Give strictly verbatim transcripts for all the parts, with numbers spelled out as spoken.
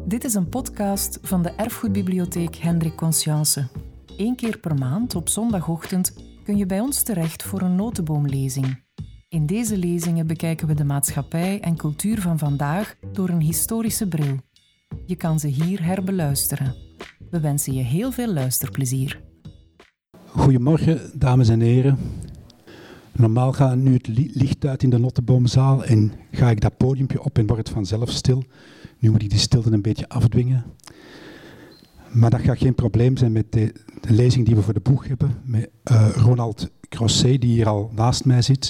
Dit is een podcast van de Erfgoedbibliotheek Hendrik Conscience. Eén keer per maand op zondagochtend kun je bij ons terecht voor een notenboomlezing. In deze lezingen bekijken we de maatschappij en cultuur van vandaag door een historische bril. Je kan ze hier herbeluisteren. We wensen je heel veel luisterplezier. Goedemorgen, dames en heren. Normaal gaat nu het licht uit in de notenboomzaal en ga ik dat podiumpje op en wordt het vanzelf stil. Nu moet ik die stilte een beetje afdwingen. Maar dat gaat geen probleem zijn met de, de lezing die we voor de boeg hebben. Met uh, Ronald Grosset, die hier al naast mij zit.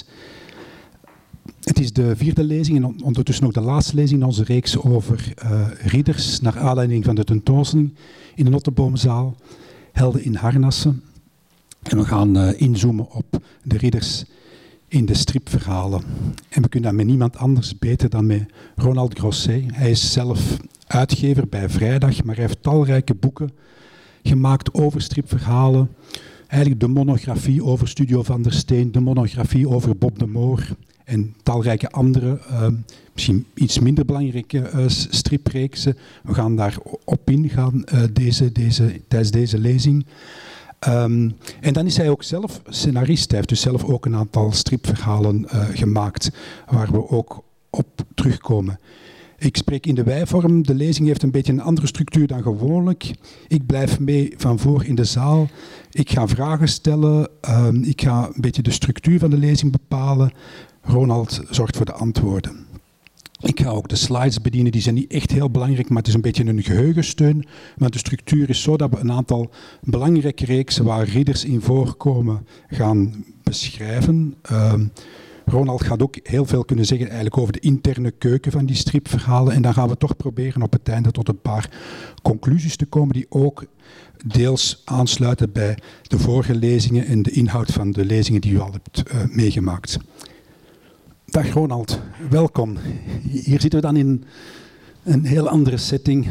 Het is de vierde lezing en ondertussen ook de laatste lezing in onze reeks over uh, ridders, naar aanleiding van de tentoonstelling in de Notenboomzaal, Helden in harnassen. En we gaan uh, inzoomen op de ridders in de stripverhalen. En we kunnen dat met niemand anders beter dan met Ronald Grosset. Hij is zelf uitgever bij Vrijdag, maar hij heeft talrijke boeken gemaakt over stripverhalen. Eigenlijk de monografie over Studio van der Steen, de monografie over Bob de Moor en talrijke andere, uh, misschien iets minder belangrijke uh, stripreeksen. We gaan daar op ingaan uh, deze, deze, tijdens deze lezing. Um, en dan is hij ook zelf scenarist. Hij heeft dus zelf ook een aantal stripverhalen uh, gemaakt, waar we ook op terugkomen. Ik spreek in de wijvorm. De lezing heeft een beetje een andere structuur dan gewoonlijk. Ik blijf mee van voor in de zaal. Ik ga vragen stellen. Um, ik ga een beetje de structuur van de lezing bepalen. Ronald zorgt voor de antwoorden. Ik ga ook de slides bedienen, die zijn niet echt heel belangrijk, maar het is een beetje een geheugensteun. Want de structuur is zo dat we een aantal belangrijke reeksen waar ridders in voorkomen gaan beschrijven. Uh, Ronald gaat ook heel veel kunnen zeggen eigenlijk over de interne keuken van die stripverhalen. En dan gaan we toch proberen op het einde tot een paar conclusies te komen die ook deels aansluiten bij de vorige lezingen en de inhoud van de lezingen die u al hebt uh, meegemaakt. Dag Ronald, welkom. Hier zitten we dan in een heel andere setting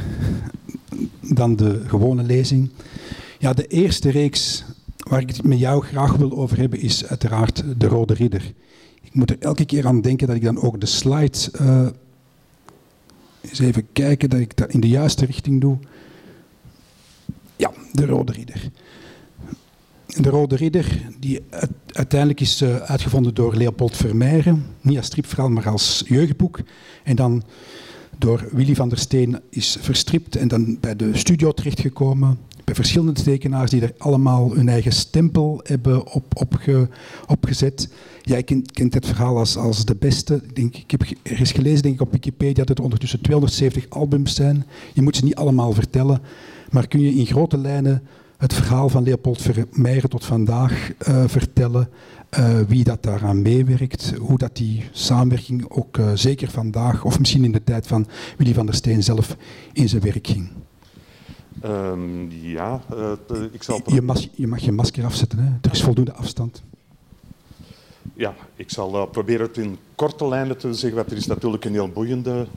dan de gewone lezing. Ja, de eerste reeks waar ik het met jou graag wil over hebben is uiteraard De Rode Ridder. Ik moet er elke keer aan denken dat ik dan ook de slides uh, eens even kijken dat ik dat in de juiste richting doe. Ja, De Rode Ridder. De Rode Ridder, die uiteindelijk is uh, uitgevonden door Leopold Vermeijren, niet als stripverhaal, maar als jeugdboek. En dan door Willy van der Steen is verstript en dan bij de studio terechtgekomen. Bij verschillende tekenaars die er allemaal hun eigen stempel hebben op, opge, opgezet. Jij kent, kent het verhaal als, als de beste. Ik, denk, ik heb er eens gelezen denk ik, op Wikipedia dat er ondertussen tweehonderdzeventig albums zijn. Je moet ze niet allemaal vertellen, maar kun je in grote lijnen het verhaal van Leopold Vermeijren tot vandaag uh, vertellen, uh, wie dat daaraan meewerkt, hoe dat die samenwerking ook uh, zeker vandaag, of misschien in de tijd van Willy van der Steen zelf, in zijn werk ging. Um, ja, uh, ik zal... Je, mas- je mag je masker afzetten, hè? Er is voldoende afstand. Ja, ik zal uh, proberen het in korte lijnen te zeggen, want er is natuurlijk een heel boeiende,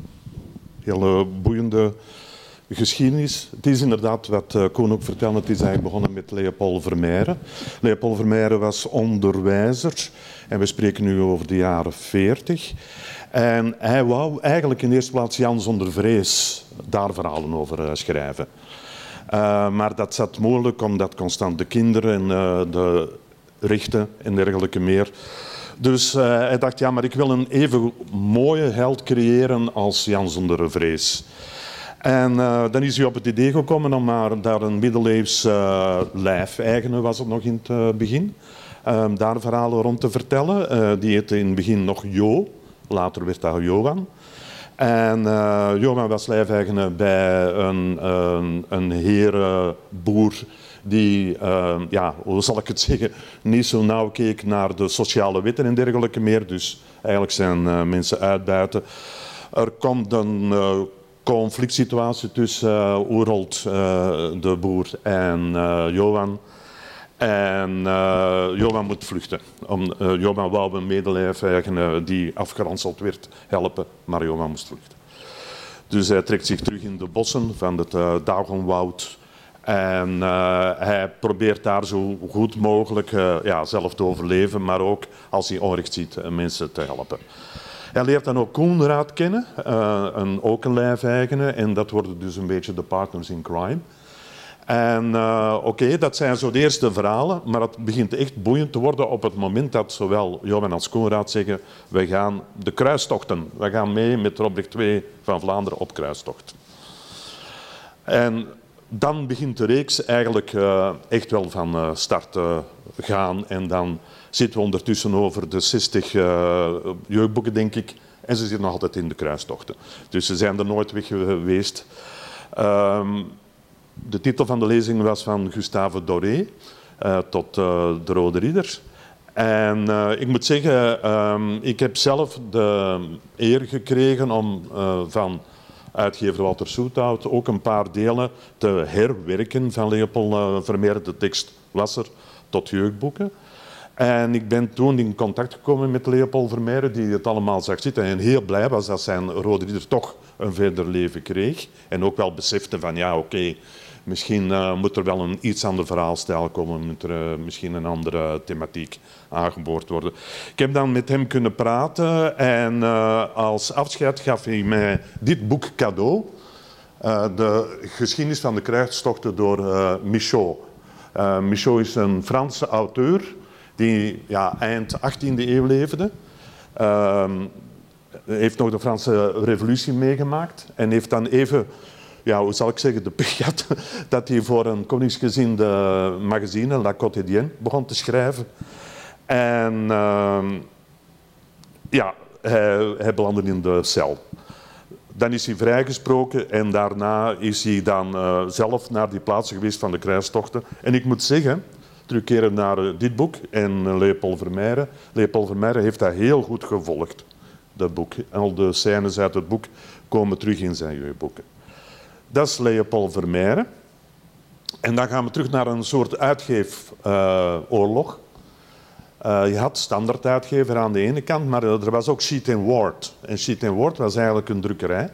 heel boeiende geschiedenis. Het is inderdaad wat uh, Koen ook vertelde, het is eigenlijk begonnen met Leopold Vermeijren. Leopold Vermeijren was onderwijzer en we spreken nu over de jaren veertig. En hij wou eigenlijk in eerste plaats Jan zonder vrees daar verhalen over uh, schrijven. Uh, maar dat zat moeilijk omdat constant de kinderen en uh, de rechten en dergelijke meer. Dus uh, hij dacht, ja, maar ik wil een even mooie held creëren als Jan zonder vrees. En uh, dan is hij op het idee gekomen om maar daar een middeleeuws uh, lijfeigene, was het nog in het uh, begin, uh, daar verhalen rond te vertellen. Uh, die heette in het begin nog Jo, later werd dat Johan. En uh, Johan was lijfeigene bij een, een, een herenboer die, uh, ja, hoe zal ik het zeggen, niet zo nauw keek naar de sociale wetten en dergelijke meer. Dus eigenlijk zijn uh, mensen uitbuiten. Er komt een uh, conflict situatie tussen uh, Oerold, uh, de boer, en uh, Johan. En uh, Johan moet vluchten. Om, uh, Johan wou een medelijfeigene die afgeranseld werd helpen, maar Johan moest vluchten. Dus hij trekt zich terug in de bossen van het uh, Dagenwoud. En uh, hij probeert daar zo goed mogelijk uh, ja, zelf te overleven, maar ook als hij onrecht ziet, uh, mensen te helpen. Hij leert dan ook Koenraad kennen, uh, een, ook een lijfeigene, en dat worden dus een beetje de partners in crime. En uh, oké, okay, dat zijn zo de eerste verhalen, maar het begint echt boeiend te worden op het moment dat zowel Johan als Koenraad zeggen, we gaan de kruistochten, we gaan mee met Robrecht de Tweede van Vlaanderen op kruistocht. En dan begint de reeks eigenlijk uh, echt wel van uh, start te uh, gaan en dan zitten we ondertussen over de zestig uh, jeugdboeken, denk ik, en ze zitten nog altijd in de kruistochten. Dus ze zijn er nooit weg geweest. Um, De titel van de lezing was van Gustave Doré, uh, tot uh, de Rode Ridder. En uh, ik moet zeggen, um, ik heb zelf de eer gekregen om uh, van uitgever Walter Soethout ook een paar delen te herwerken van Leopold uh, Vermeer. De tekst was er tot jeugdboeken. En ik ben toen in contact gekomen met Leopold Vermeer, die het allemaal zag zitten en heel blij was dat zijn Rode Ridder toch een verder leven kreeg. En ook wel besefte van ja, oké, okay, misschien uh, moet er wel een iets ander verhaalstijl komen, moet er uh, misschien een andere thematiek aangeboord worden. Ik heb dan met hem kunnen praten en uh, als afscheid gaf hij mij dit boek cadeau. Uh, de geschiedenis van de kruistochten door uh, Michaud. Uh, Michaud is een Franse auteur die ja, eind achttiende eeuw leefde. Uh, heeft nog de Franse revolutie meegemaakt en heeft dan even, ja, hoe zal ik zeggen, de pech gehad dat hij voor een koningsgezinde magazine, La Quotidienne, begon te schrijven. En uh, ja, hij, hij belandde in de cel. Dan is hij vrijgesproken en daarna is hij dan uh, zelf naar die plaatsen geweest van de kruistochten. En ik moet zeggen, terugkeren naar uh, dit boek en uh, Leopold Vermeer. Leopold Vermeer heeft dat heel goed gevolgd, dat boek. Al de scènes uit het boek komen terug in zijn jeugdboeken. Dat is Leopold Vermeer. En dan gaan we terug naar een soort uitgeefoorlog. Uh, je had standaarduitgever aan de ene kant, maar er was ook Sheet and Ward. En Sheet and Ward was eigenlijk een drukkerij.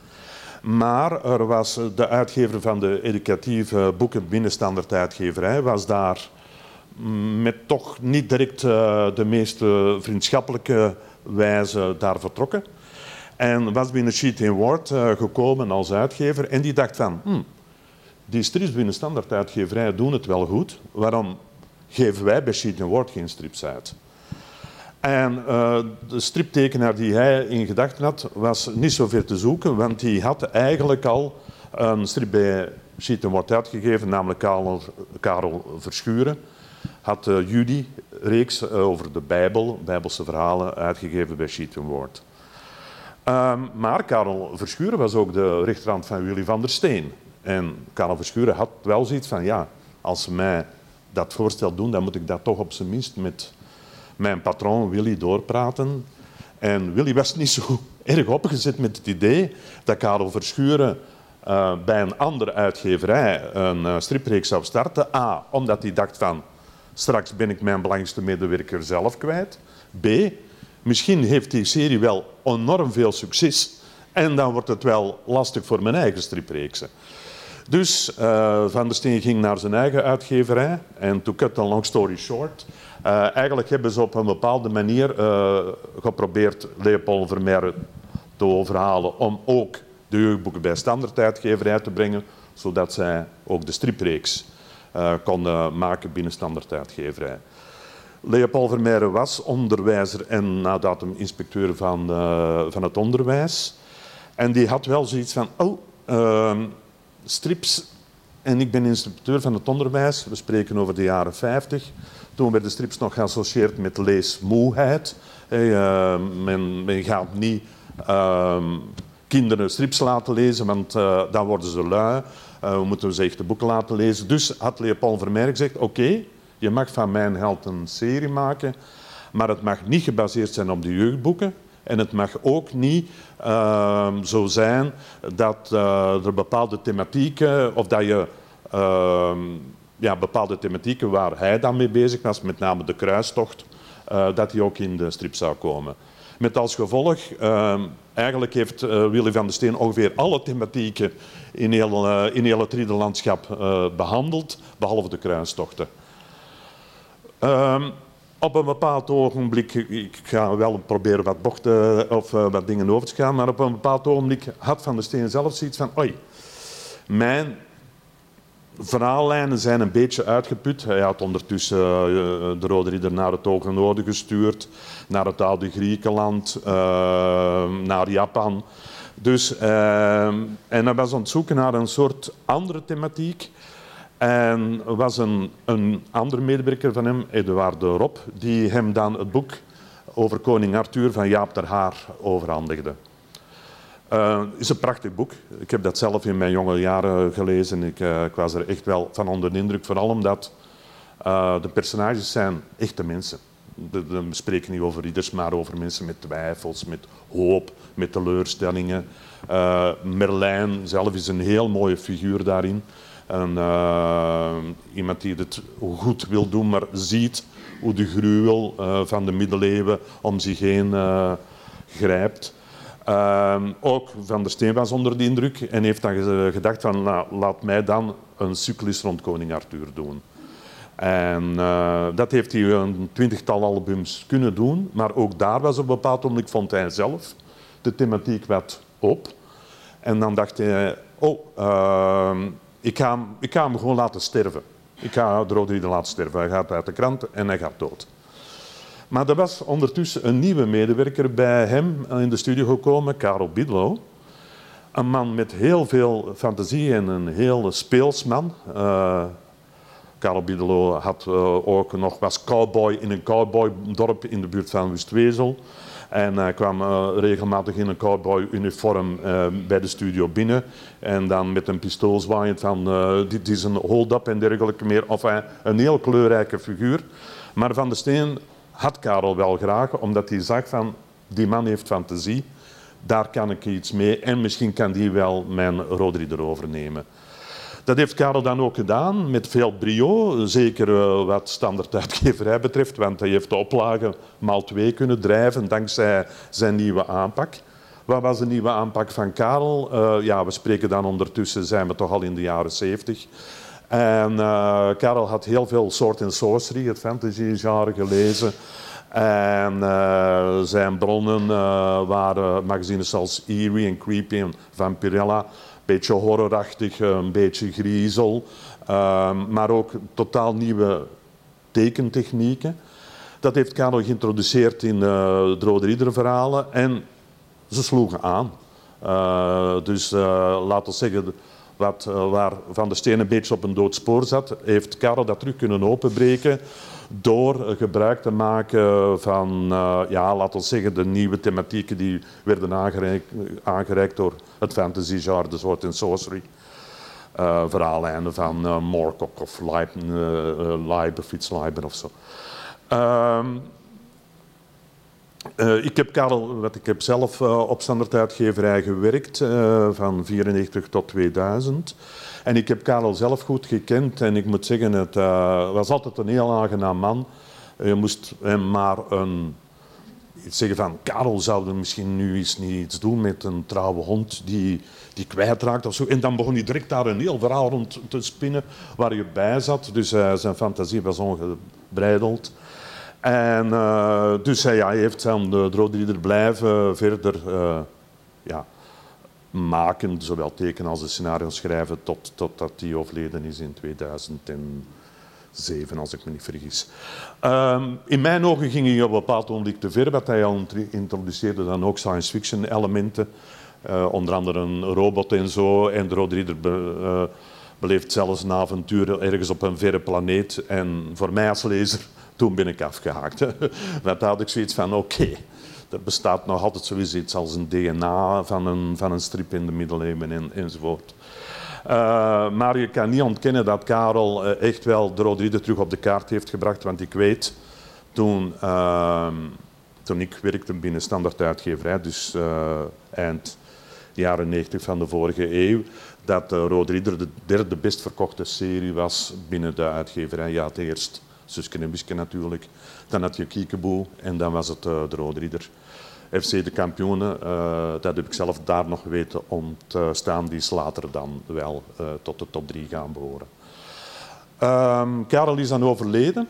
Maar er was de uitgever van de educatieve boeken binnen standaarduitgeverij, was daar met toch niet direct uh, de meest vriendschappelijke wijze daar vertrokken. En was binnen Sheet and Ward uh, gekomen als uitgever en die dacht van, hmm, die strips binnen standaarduitgeverij doen het wel goed, waarom geven wij bij Sheet and Ward geen strips uit? En uh, de striptekenaar die hij in gedachten had, was niet zo ver te zoeken, want die had eigenlijk al een strip bij Sheet and Ward uitgegeven, namelijk Karel, Karel Verschuren. Had de Judy-reeks over de Bijbel, Bijbelse verhalen, uitgegeven bij Sheet and Ward. Um, maar Karel Verschuren was ook de rechterhand van Willy van der Steen. En Karel Verschuren had wel zoiets van, ja, als ze mij dat voorstel doen, dan moet ik dat toch op zijn minst met mijn patroon Willy doorpraten. En Willy was niet zo erg opgezet met het idee dat Karel Verschuren uh, bij een andere uitgeverij een uh, stripreeks zou starten. A, omdat hij dacht van, straks ben ik mijn belangrijkste medewerker zelf kwijt. B, misschien heeft die serie wel enorm veel succes en dan wordt het wel lastig voor mijn eigen stripreeksen. Dus uh, Van der Steen ging naar zijn eigen uitgeverij en to cut a long story short, uh, eigenlijk hebben ze op een bepaalde manier uh, geprobeerd Leopold Vermeer te overhalen om ook de jeugdboeken bij standaarduitgeverij te brengen, zodat zij ook de stripreeks uh, konden maken binnen standaarduitgeverij. Leopold Vermeer was onderwijzer en na datum inspecteur van, uh, van het onderwijs. En die had wel zoiets van, oh, uh, strips, en ik ben inspecteur van het onderwijs, we spreken over de jaren vijftig. Toen werden strips nog geassocieerd met leesmoeheid. Hey, uh, men, men gaat niet uh, kinderen strips laten lezen, want uh, dan worden ze lui. Uh, we moeten ze echt de boeken laten lezen. Dus had Leopold Vermeer gezegd, oké, okay, je mag van mijn held een serie maken, maar het mag niet gebaseerd zijn op de jeugdboeken. En het mag ook niet uh, zo zijn dat uh, er bepaalde thematieken, of dat je uh, ja, bepaalde thematieken waar hij dan mee bezig was, met name de kruistocht, uh, dat die ook in de strip zou komen. Met als gevolg, uh, eigenlijk heeft uh, Willy van der Steen ongeveer alle thematieken in heel, uh, in heel het Ridderlandschap uh, behandeld, behalve de kruistochten. Uh, op een bepaald ogenblik, ik ga wel proberen wat bochten of uh, wat dingen over te gaan, maar op een bepaald ogenblik had Van der Steen zelf zoiets van, oei, mijn verhaallijnen zijn een beetje uitgeput. Hij had ondertussen uh, de Rode Ridder naar het Hoge Noorden gestuurd, naar het oude Griekenland, uh, naar Japan. Dus, uh, en hij was aan het zoeken naar een soort andere thematiek. En er was een, een andere medewerker van hem, Eduard de Rob, die hem dan het boek over koning Arthur van Jaap ter Haar overhandigde. Uh, het is een prachtig boek. Ik heb dat zelf in mijn jonge jaren gelezen. Ik, uh, ik was er echt wel van onder de indruk, vooral omdat uh, de personages zijn echte mensen. We spreken niet over ridders, maar over mensen met twijfels, met hoop, met teleurstellingen. Uh, Merlijn zelf is een heel mooie figuur daarin. En, uh, iemand die het goed wil doen, maar ziet hoe de gruwel uh, van de middeleeuwen om zich heen uh, grijpt. Uh, ook Van der Steen was onder de indruk en heeft dan gedacht van nou, laat mij dan een cyclus rond koning Arthur doen. En uh, dat heeft hij een twintigtal albums kunnen doen, maar ook daar was op een bepaald moment, vond hij zelf de thematiek wat op. En dan dacht hij, oh, uh, ik, ga hem, ik ga hem gewoon laten sterven. Ik ga de Rode Ridder laten sterven. Hij gaat uit de krant en hij gaat dood. Maar er was ondertussen een nieuwe medewerker bij hem in de studio gekomen, Karel Biddleau. Een man met heel veel fantasie en een heel speels man. Uh, Karel Biddleau had uh, ook nog, was cowboy in een cowboydorp in de buurt van Wustwezel. En hij kwam uh, regelmatig in een cowboy-uniform uh, bij de studio binnen. En dan met een pistool zwaaiend van uh, dit is een hold-up en dergelijke meer. Enfin, een heel kleurrijke figuur. Maar Van der Steen had Karel wel graag, omdat hij zag van die man heeft fantasie. Daar kan ik iets mee en misschien kan die wel mijn Rode Ridder overnemen. Dat heeft Karel dan ook gedaan, met veel brio, zeker uh, wat standaarduitgeverij betreft, want hij heeft de oplage maal twee kunnen drijven dankzij zijn nieuwe aanpak. Wat was de nieuwe aanpak van Karel? Uh, ja, we spreken dan ondertussen, zijn we toch al in de jaren zeventig. En uh, Karel had heel veel Sword and Sorcery, het fantasy-genre, gelezen. En uh, zijn bronnen uh, waren magazines zoals Eerie en Creepy en Vampirella. Een beetje horrorachtig, een beetje griezel, uh, maar ook totaal nieuwe tekentechnieken. Dat heeft Karel geïntroduceerd in uh, de Rode Ridder verhalen en ze sloegen aan. Uh, dus uh, laten we zeggen, wat, uh, waar Van der Steen een beetje op een dood spoor zat, heeft Karel dat terug kunnen openbreken door gebruik te maken van, uh, ja, laten we zeggen, de nieuwe thematieken die werden aangereikt, aangereikt door het fantasy-genre, de Sword and Sorcery. Uh, verhaallijnen van uh, Moorcock of Leib, uh, uh, Leiber, Fritz Leiber of zo. Uh, uh, ik heb Karel, wat ik heb zelf uh, op standaarduitgeverij gewerkt, uh, van vierennegentig tot tweeduizend. En ik heb Karel zelf goed gekend en ik moet zeggen, het uh, was altijd een heel aangenaam man. Je moest hem maar een, iets zeggen van, Karel zou misschien nu eens niet iets doen met een trouwe hond die, die kwijtraakt of zo. En dan begon hij direct daar een heel verhaal rond te spinnen waar je bij zat. Dus uh, zijn fantasie was ongebreideld. En uh, dus uh, ja, hij heeft aan de Rode Ridder blijven verder uh, ja, maken, zowel tekenen als de scenario schrijven, tot, totdat hij overleden is in tweeduizend zeven, als ik me niet vergis. Uh, in mijn ogen ging hij op een bepaald moment te ver, wat hij al introduceerde dan ook science fiction elementen, uh, onder andere een robot en zo, en de Rode Ridder be, uh, beleeft zelfs een avontuur ergens op een verre planeet, en voor mij als lezer, toen ben ik afgehaakt. Want daar had ik zoiets van, oké, okay, er bestaat nog altijd zoiets als een D N A van een, van een strip in de middeleeuwen en, enzovoort. Uh, maar je kan niet ontkennen dat Karel uh, echt wel de Rode Ridder terug op de kaart heeft gebracht, want ik weet, toen, uh, toen ik werkte binnen standaarduitgeverij, dus uh, eind jaren negentig van de vorige eeuw, dat de Rode Ridder de derde best verkochte serie was binnen de uitgeverij. Ja, het eerst Suske en Wiske natuurlijk, dan had je Kiekeboe en dan was het uh, de Rode Ridder. F C de kampioenen, uh, dat heb ik zelf daar nog weten om te staan, die is later dan wel uh, tot de top drie gaan behoren. Um, Karel is dan overleden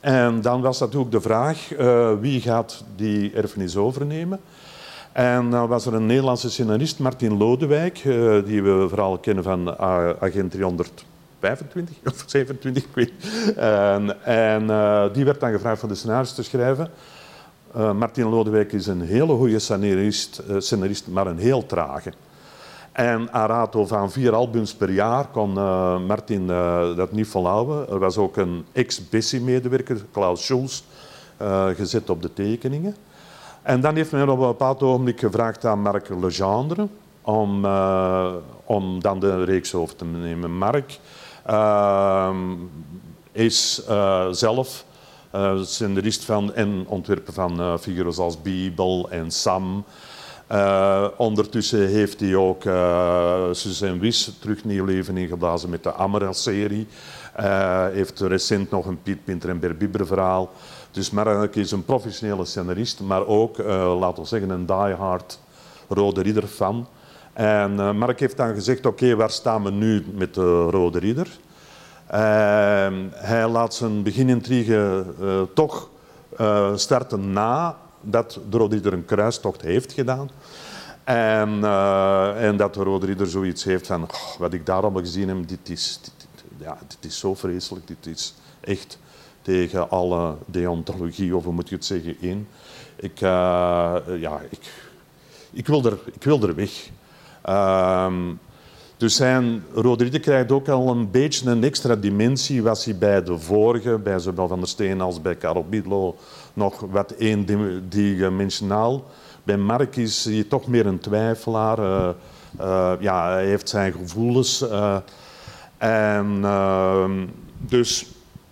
En dan was natuurlijk de vraag, uh, wie gaat die erfenis overnemen? En dan was er een Nederlandse scenarist, Martin Lodewijk, uh, die we vooral kennen van uh, Agent driehonderdvijfentwintig of zevenentwintig, ik weet niet. En, en uh, die werd dan gevraagd voor de scenarist te schrijven. Uh, Martin Lodewijk is een hele goede scenarist, uh, scenarist, maar een heel trage. En aan rato van vier albums per jaar kon uh, Martin uh, dat niet volhouden. Er was ook een ex-Bessie-medewerker, Klaus Schulz, uh, gezet op de tekeningen. En dan heeft men op een bepaald ogenblik gevraagd aan Marc Legendre om, uh, om dan de reeks over te nemen. Marc uh, is uh, zelf uh, scenarist van en ontwerper van uh, figuren als Bibel en Sam. Uh, ondertussen heeft hij ook uh, Suzanne Wyss terug nieuw leven ingeblazen met de Amara-serie. Uh, heeft recent nog een Piet Pinter en Berbibber verhaal. Dus Marc is een professionele scenarist, maar ook, uh, laten we zeggen, een diehard Rode Ridder fan. En uh, Marc heeft dan gezegd, oké, okay, waar staan we nu met de Rode Ridder? Uh, hij laat zijn beginintrigue uh, toch uh, starten na dat de Rode Ridder een kruistocht heeft gedaan. En, uh, en dat de Rode Ridder zoiets heeft van, oh, wat ik daar allemaal gezien heb, dit is, dit, dit, ja, dit is zo vreselijk, dit is echt tegen alle deontologie, of hoe moet je het zeggen, in. Ik, uh, ja, ik, ik, wil er, ik wil er weg. Uh, dus zijn Rode Ridder krijgt ook al een beetje een extra dimensie, was hij bij de vorige, bij zowel Van der Steen als bij Karel Biedlo, nog wat eendimensionaal. Bij Marc is hij toch meer een twijfelaar. Uh, uh, ja, hij heeft zijn gevoelens. Uh, en uh, dus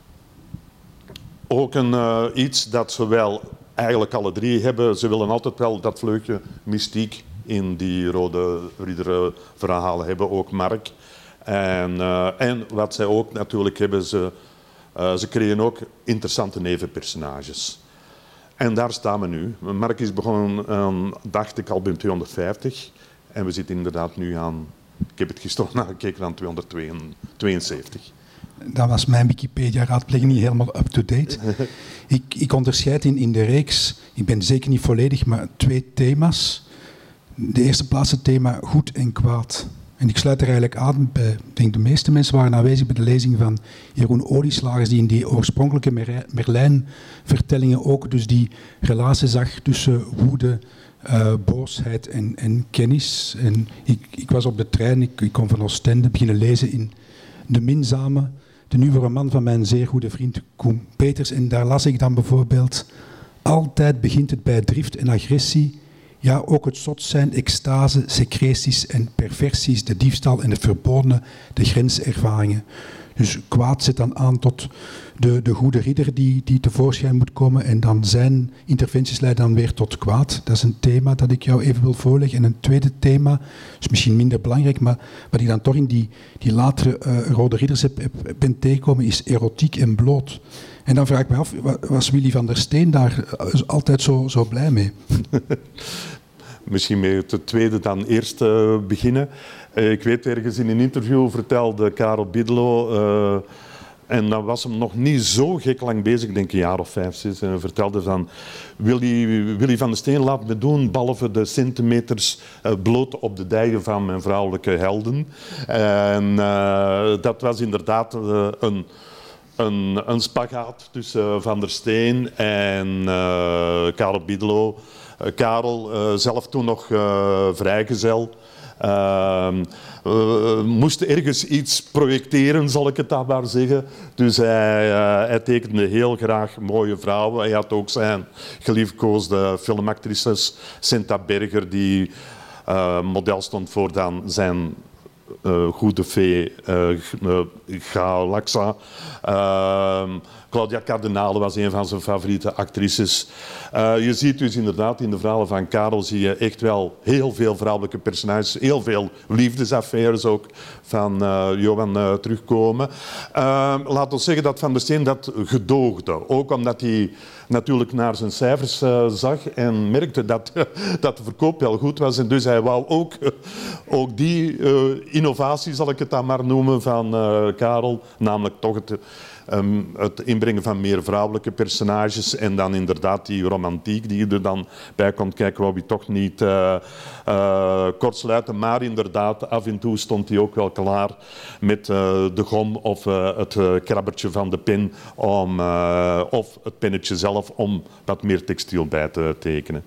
ook een, uh, iets dat ze wel eigenlijk alle drie hebben. Ze willen altijd wel dat vleugje mystiek in die Rode Ridder verhalen hebben, ook Marc. En, uh, en wat zij ook natuurlijk hebben, ze, uh, ze creëren ook interessante nevenpersonages. En daar staan we nu. Marc is begonnen, um, dacht ik, album tweehonderdvijftig. En we zitten inderdaad nu aan, ik heb het gisteren nagekeken, aan tweehonderdtweeënzeventig. Dat was mijn Wikipedia-raadpleging niet helemaal up-to-date. ik, ik onderscheid in, in de reeks, ik ben zeker niet volledig, maar twee thema's. De eerste plaats het thema goed en kwaad. En ik sluit er eigenlijk aan bij, ik denk de meeste mensen waren aanwezig bij de lezing van Jeroen Olieslagers, die in die oorspronkelijke Merlijn-vertellingen ook dus die relatie zag tussen woede, uh, boosheid en, en kennis. En ik, ik was op de trein, ik, ik kon van Oostende beginnen lezen in De Minzame, de nieuwe roman van mijn zeer goede vriend Koen Peters. En daar las ik dan bijvoorbeeld, altijd begint het bij drift en agressie. Ja, ook het zot zijn, extase, secreties en perversies, de diefstal en het verbodene, de grenservaringen. Dus kwaad zit dan aan tot de, de goede ridder die, die tevoorschijn moet komen en dan zijn interventies leiden dan weer tot kwaad. Dat is een thema dat ik jou even wil voorleggen. En een tweede thema, is misschien minder belangrijk, maar wat ik dan toch in die, die latere uh, Rode Ridders heb, heb, ben tegengekomen, is erotiek en bloot. En dan vraag ik me af, was Willy van der Steen daar altijd zo, zo blij mee? Misschien met het tweede dan eerst uh, beginnen. Uh, ik weet, ergens in een interview vertelde Karel Biedlo, uh, en dan was hem nog niet zo gek lang bezig, ik denk een jaar of vijf, zes, en vertelde van Willy, Willy van der Steen laat me doen, behalve de centimeters uh, bloot op de dijen van mijn vrouwelijke helden. En uh, dat was inderdaad uh, een... Een, een spagaat tussen Van der Steen en uh, Karel Biedlo. Uh, Karel, uh, zelf toen nog uh, vrijgezel, uh, uh, moest ergens iets projecteren, zal ik het dan maar zeggen. Dus hij, uh, hij tekende heel graag mooie vrouwen. Hij had ook zijn geliefkoosde filmactrices, Senta Berger, die uh, model stond voor dan zijn Uh, goede fee, uh, uh, Galaxa. Uh, Claudia Cardinale was een van zijn favoriete actrices. Uh, je ziet dus inderdaad in de verhalen van Karel zie je echt wel heel veel vrouwelijke personages, heel veel liefdesaffaires ook van uh, Johan uh, terugkomen. Uh, laat ons zeggen dat Van der Steen dat gedoogde. Ook omdat hij natuurlijk naar zijn cijfers uh, zag en merkte dat, uh, dat de verkoop wel goed was. En dus hij wou ook, uh, ook die uh, innovatie, zal ik het dan maar noemen, van uh, Karel. Namelijk toch het, um, het inbrengen van meer vrouwelijke personages. En dan inderdaad die romantiek die er dan bij komt kijken, wou je toch niet uh, uh, kortsluiten. Maar inderdaad, af en toe stond hij ook wel klaar met uh, de gom of uh, het uh, krabbertje van de pen. Om, uh, of het pennetje zelf om wat meer textiel bij te tekenen.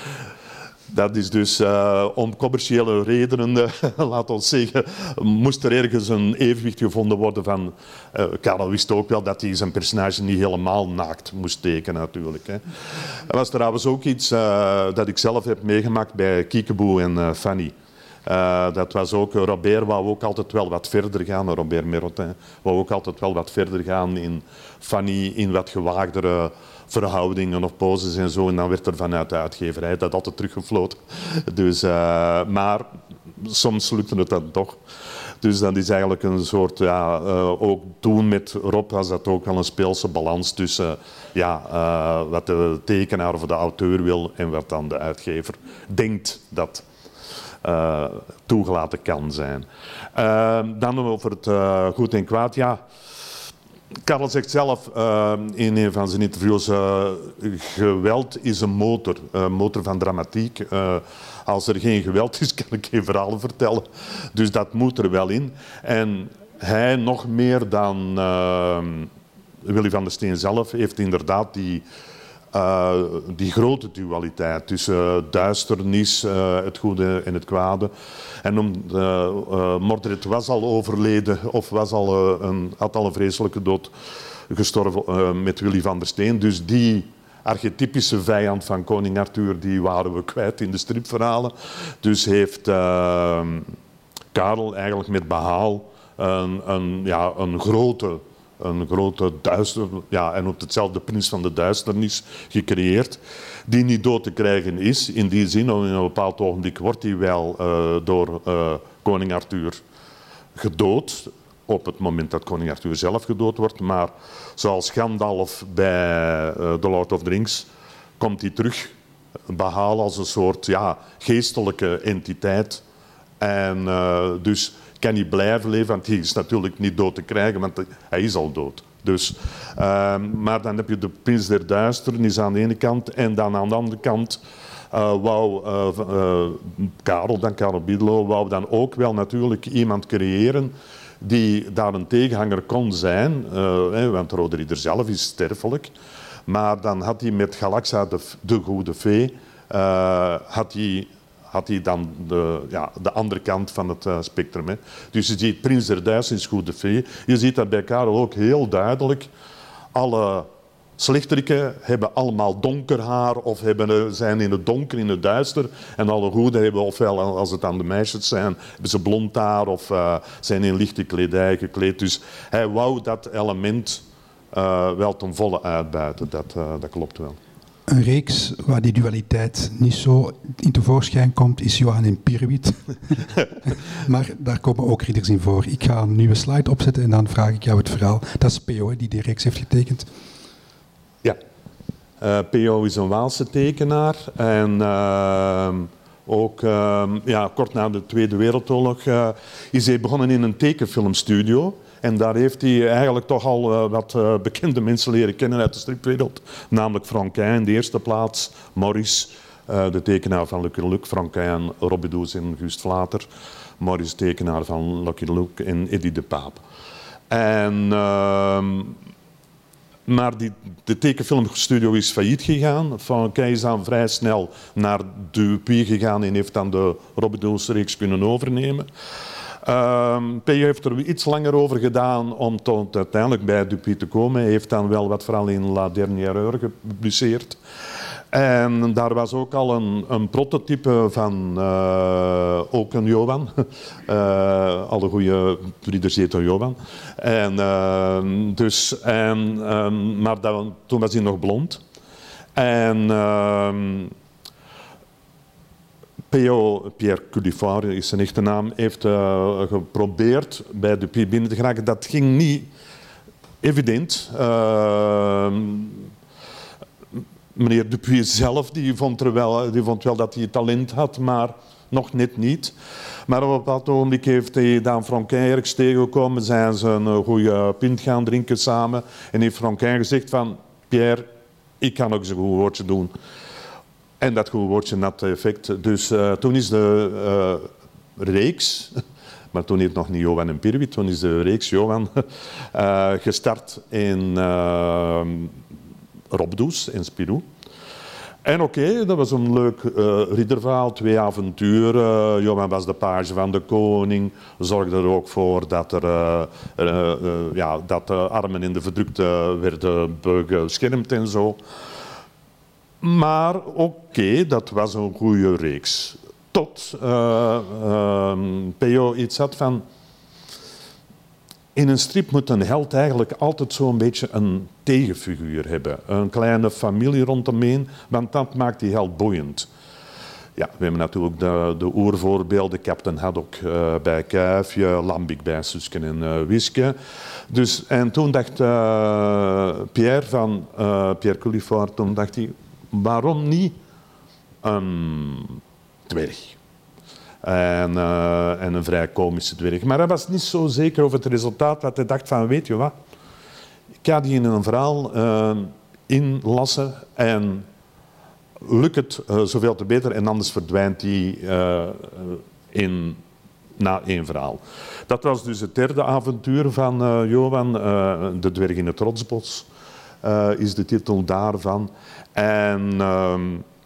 Dat is dus uh, om commerciële redenen, uh, laat ons zeggen, moest er ergens een evenwicht gevonden worden van... Uh, Karel wist ook wel dat hij zijn personage niet helemaal naakt moest tekenen natuurlijk. Hè. Er was trouwens ook iets uh, dat ik zelf heb meegemaakt bij Kiekeboe en uh, Fanny. Uh, dat was ook, Robert wou ook altijd wel wat verder gaan, Robert Merotin wou ook altijd wel wat verder gaan in Fanny, in wat gewaagdere verhoudingen of poses en zo. En dan werd er vanuit de uitgeverij dat altijd teruggefloten. Dus, uh, maar soms lukte het dan toch. Dus dat is eigenlijk een soort, ja, uh, ook toen met Rob was dat ook wel een speelse balans tussen uh, ja, uh, wat de tekenaar of de auteur wil en wat dan de uitgever denkt dat uh, toegelaten kan zijn. Uh, dan over het uh, goed en kwaad, ja. Karel zegt zelf uh, in een van zijn interviews, uh, geweld is een motor, een motor van dramatiek. Uh, als er geen geweld is, kan ik geen verhalen vertellen. Dus dat moet er wel in. En hij nog meer dan uh, Willy van der Steen zelf heeft inderdaad die, uh, die grote dualiteit tussen duisternis, uh, het goede en het kwade. En om, uh, uh, Mordred was al overleden of was al, uh, een, had al een vreselijke dood gestorven uh, met Willy van der Steen. Dus die archetypische vijand van koning Arthur die waren we kwijt in de stripverhalen. Dus heeft uh, Karel eigenlijk met behaal een, een, ja, een grote... Een grote duister, ja, en ook hetzelfde prins van de duisternis gecreëerd, die niet dood te krijgen is. In die zin, in een bepaald ogenblik wordt hij wel uh, door uh, koning Arthur gedood, op het moment dat koning Arthur zelf gedood wordt. Maar zoals Gandalf bij uh, The Lord of the Rings komt hij terug, behaal als een soort ja, geestelijke entiteit. En uh, dus kan hij blijven leven, want hij is natuurlijk niet dood te krijgen, want hij is al dood. Dus, uh, maar dan heb je de prins der duisternis aan de ene kant en dan aan de andere kant uh, wou uh, uh, Karel, dan Karel Bigelow, wou dan ook wel natuurlijk iemand creëren die daar een tegenhanger kon zijn, uh, hè, want Rode Ridder zelf is sterfelijk. Maar dan had hij met Galaxa, de, de goede fee, uh, had hij... had hij dan de, ja, de andere kant van het uh, spectrum. Hè. Dus je ziet Prins der Duisternis, Goede Fee. Je ziet dat bij Karel ook heel duidelijk. Alle slechteriken hebben allemaal donker haar of hebben, zijn in het donker, in het duister. En alle goeden hebben, ofwel als het aan de meisjes zijn, hebben ze blond haar of uh, zijn in lichte kledij gekleed. Dus hij wou dat element uh, wel ten volle uitbuiten. Dat, uh, dat klopt wel. Een reeks waar die dualiteit niet zo in tevoorschijn komt, is Johan en Pierwiet. Maar daar komen ook ridders in voor. Ik ga een nieuwe slide opzetten en dan vraag ik jou het verhaal. Dat is P O die die reeks heeft getekend. Ja, uh, P O is een Waalse tekenaar. En uh, ook uh, ja, kort na de Tweede Wereldoorlog uh, is hij begonnen in een tekenfilmstudio. En daar heeft hij eigenlijk toch al uh, wat uh, bekende mensen leren kennen uit de stripwereld. Namelijk Franquin in de eerste plaats, Maurice, uh, de tekenaar van Lucky Luke, Franquin, Robbedoes en Gust Vlater. Maurice, tekenaar van Lucky Luke en Eddie de Paap. En, uh, maar die, de tekenfilmstudio is failliet gegaan. Franquin is dan vrij snel naar Dupuis gegaan en heeft dan de Robbedoes-reeks kunnen overnemen. Uh, P O heeft er iets langer over gedaan om tot uiteindelijk bij Dupuis te komen. Hij heeft dan wel wat verhalen in La Dernière Heure gepubliceerd. En daar was ook al een, een prototype van uh, ook een Johan. Uh, alle goede ridders heten Johan. En, uh, dus, en, uh, maar dat, toen was hij nog blond. En... Uh, P O, Pierre Cullifare is zijn echte naam, heeft uh, geprobeerd bij Dupuis binnen te geraken. Dat ging niet evident. Uh, meneer Dupuis zelf die vond, er wel, die vond wel dat hij talent had, maar nog net niet. Maar op een bepaald ogenblik heeft hij dan Franquin ergens tegengekomen, zijn ze een goede pint gaan drinken samen en heeft Franquin gezegd van Pierre, ik kan ook eens een goed woordje doen. En dat goede woordje had effect. Dus uh, toen is de uh, reeks, maar toen heet het nog niet Johan en Pirwit, toen is de reeks Johan uh, gestart in uh, Robdoes in Spirou. En oké, okay, dat was een leuk uh, ridderverhaal, twee avonturen. Johan was de page van de koning, zorgde er ook voor dat, er, uh, uh, uh, ja, dat de armen in de verdrukte werden beschermd en zo. Maar oké, okay, dat was een goede reeks. Tot uh, uh, P O iets had van... In een strip moet een held eigenlijk altijd zo'n beetje een tegenfiguur hebben. Een kleine familie rondomheen, want dat maakt die held boeiend. Ja, we hebben natuurlijk de, de oervoorbeelden. Captain Haddock uh, bij Kuifje, Lambik bij Suske en uh, Wiske. Dus, en toen dacht uh, Pierre van uh, Pierre Cullifort, toen dacht hij, waarom niet een dwerg? En, uh, en een vrij komische dwerg. Maar hij was niet zo zeker over het resultaat, dat hij dacht van, weet je wat, ik ga die in een verhaal uh, inlassen en lukt het uh, zoveel te beter en anders verdwijnt die uh, in, na één verhaal. Dat was dus het derde avontuur van uh, Johan, uh, De dwerg in het rotsbos, uh, is de titel daarvan. En uh,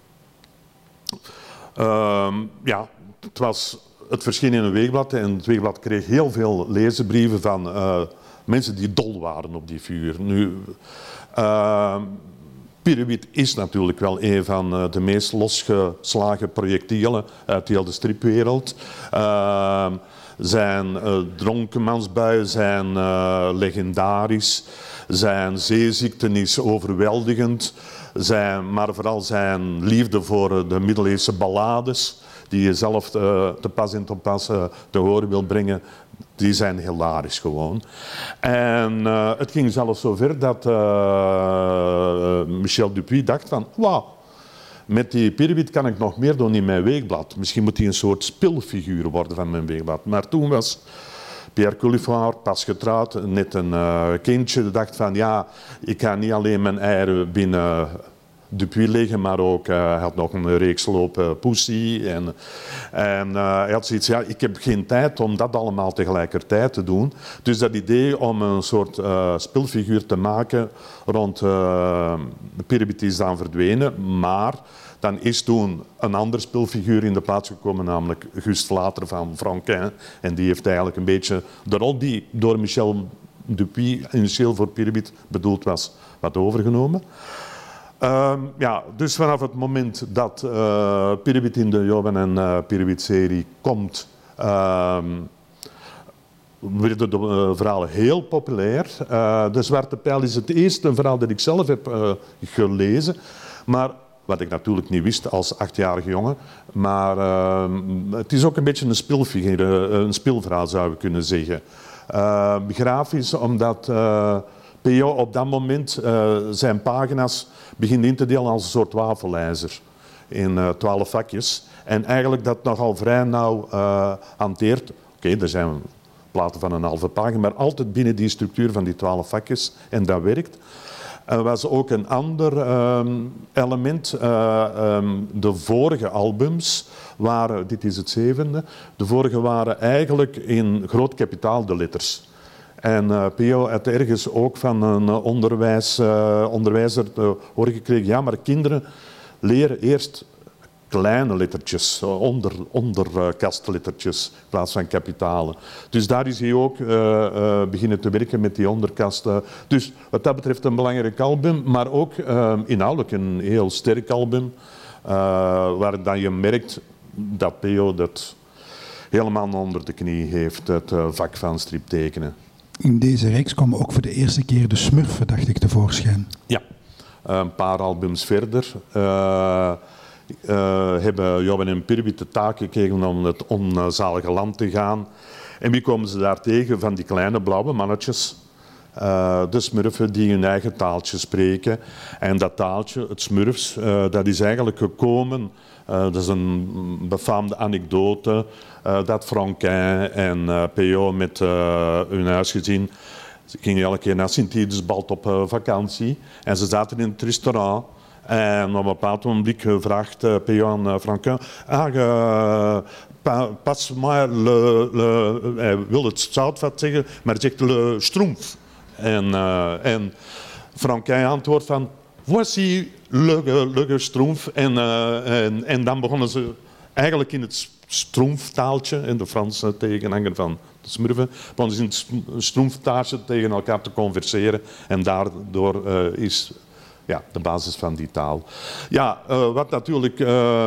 uh, ja... Het, was, het verscheen in een weekblad en het weekblad kreeg heel veel lezersbrieven van uh, mensen die dol waren op die figuur. Nu, uh, Pirwit is natuurlijk wel een van uh, de meest losgeslagen projectielen uit heel de stripwereld. Uh, zijn uh, dronkenmansbuien zijn uh, legendarisch, zijn zeeziekten is overweldigend, zijn, maar vooral zijn liefde voor de middeleeuwse ballades, die je zelf te, te pas en te pas uh, te horen wil brengen, die zijn hilarisch gewoon. En uh, het ging zelfs zover dat uh, Michel Dupuy dacht van, wauw, met die Pirwit kan ik nog meer doen in mijn weekblad. Misschien moet hij een soort spilfiguur worden van mijn weekblad. Maar toen was Pierre Cullifort, pas getrouwd, net een uh, kindje, dacht van, ja, ik ga niet alleen mijn eieren binnen Dupuy liggen, maar ook, uh, hij had nog een reeks lopen Pussy. En, en uh, hij had zoiets, ja, ik heb geen tijd om dat allemaal tegelijkertijd te doen. Dus dat idee om een soort uh, speelfiguur te maken rond uh, Pirwit is dan verdwenen, maar dan is toen een ander speelfiguur in de plaats gekomen, namelijk Gust Vlater van Franquin. En die heeft eigenlijk een beetje de rol die door Michel Dupuy initieel voor Pirwit bedoeld was, wat overgenomen. Um, ja, dus vanaf het moment dat uh, Pirwit in de Johan en uh, Pirwit-serie komt, uh, werden de uh, verhalen heel populair. Uh, de Zwarte Pijl is het eerste verhaal dat ik zelf heb uh, gelezen, maar wat ik natuurlijk niet wist als achtjarige jongen. Maar uh, het is ook een beetje een speelfiguur, een speelverhaal zou je kunnen zeggen. Uh, grafisch, omdat uh, P O op dat moment uh, zijn pagina's begint in te delen als een soort wafelijzer in uh, twaalf vakjes. En eigenlijk dat nogal vrij nauw uh, hanteert. Oké, okay, er zijn platen van een halve pagina, maar altijd binnen die structuur van die twaalf vakjes. En dat werkt. Er was ook een ander um, element. Uh, um, de vorige albums waren, dit is het zevende, de vorige waren eigenlijk in groot kapitaal de letters. En uh, P O had ergens ook van een onderwijs, uh, onderwijzer te horen gekregen, ja, maar kinderen leren eerst kleine lettertjes, onder, onderkastlettertjes in plaats van kapitalen. Dus daar is hij ook uh, uh, beginnen te werken met die onderkasten. Dus wat dat betreft een belangrijk album, maar ook uh, inhoudelijk een heel sterk album, uh, waar dan je merkt dat P O dat helemaal onder de knie heeft, het uh, vak van striptekenen. In deze reeks komen ook voor de eerste keer de Smurfen, dacht ik, tevoorschijn. Ja, een paar albums verder uh, uh, hebben Johan en Pirwit de taak gekregen om het onzalige land te gaan. En wie komen ze daar tegen? Van die kleine blauwe mannetjes Uh, de smurfen die hun eigen taaltje spreken. En dat taaltje, het smurfs, uh, dat is eigenlijk gekomen. Uh, dat is een befaamde anekdote uh, dat Franquin en uh, Peot met uh, hun huisgezin, ze gingen elke keer naar Sint-Idesbald op uh, vakantie. En ze zaten in het restaurant. En op een bepaald moment vraagt uh, Peot aan uh, Franquin, ah, uh, pa, pas maar le, le, hij wil het zoutvat zeggen, maar hij zegt le schtroumpf. En, uh, en Franquin antwoordt van, voici le, le schtroumpf. En, uh, en, en dan begonnen ze eigenlijk in het schtroumpftaaltje, in de Franse tegenhanger van de smurfen, begonnen ze in het schtroumpftaaltje tegen elkaar te converseren. En daardoor uh, is ja, de basis van die taal. Ja, uh, wat natuurlijk... Uh,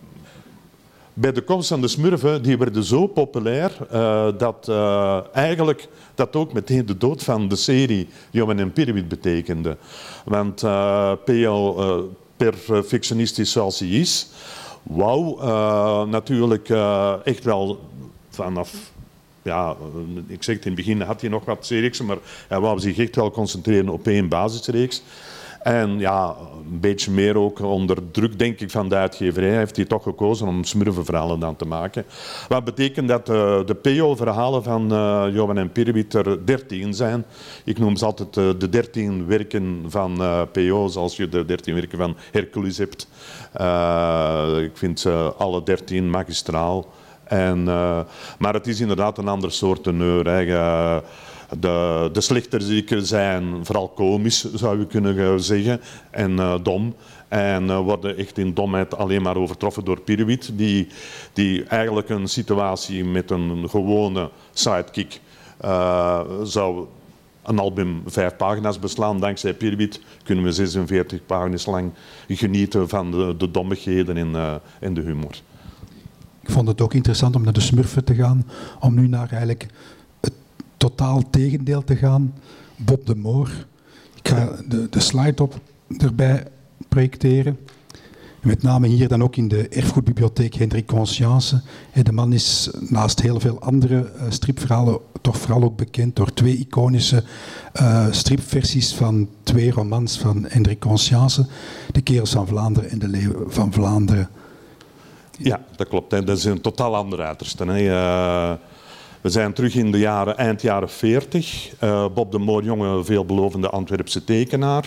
Bij de komst van de smurfen, die werden zo populair uh, dat uh, eigenlijk dat ook meteen de dood van de serie Johan en Pirrewit betekende. Want uh, Peot, uh, perfectionistisch zoals hij is, wou uh, natuurlijk uh, echt wel vanaf... Ja, ik zeg het in het begin had hij nog wat series, maar hij wou zich echt wel concentreren op één basisreeks. En ja, een beetje meer ook onder druk, denk ik, van de uitgeverij heeft hij toch gekozen om smurfenverhalen dan te maken. Wat betekent dat uh, de Peot-verhalen van uh, Johan en Pirrewit er dertien zijn. Ik noem ze altijd uh, de dertien werken van uh, Peot, zoals je de dertien werken van Hercules hebt. Uh, ik vind ze alle dertien magistraal. En, uh, maar het is inderdaad een ander soort teneur. Hè. Uh, De, de slechteriken zijn vooral komisch, zou je kunnen zeggen, en uh, dom. En uh, worden echt in domheid alleen maar overtroffen door Pirrewit, die, die eigenlijk een situatie met een gewone sidekick uh, zou een album vijf pagina's beslaan. Dankzij Pirrewit kunnen we zesenveertig pagina's lang genieten van de, de dommigheden en, uh, en de humor. Ik vond het ook interessant om naar de smurfen te gaan, om nu naar eigenlijk... totaal tegendeel te gaan. Bob de Moor. Ik ga de, de slide op erbij projecteren. Met name hier dan ook in de erfgoedbibliotheek Hendrik Conscience. De man is naast heel veel andere stripverhalen toch vooral ook bekend door twee iconische uh, stripversies van twee romans van Hendrik Conscience. De Kerels van Vlaanderen en De Leeuw van Vlaanderen. Ja, dat klopt. Hè. Dat is een totaal ander uiterste. Hè. Uh... We zijn terug in de jaren, eind jaren veertig. Uh, Bob de Moor, jonge, veelbelovende Antwerpse tekenaar.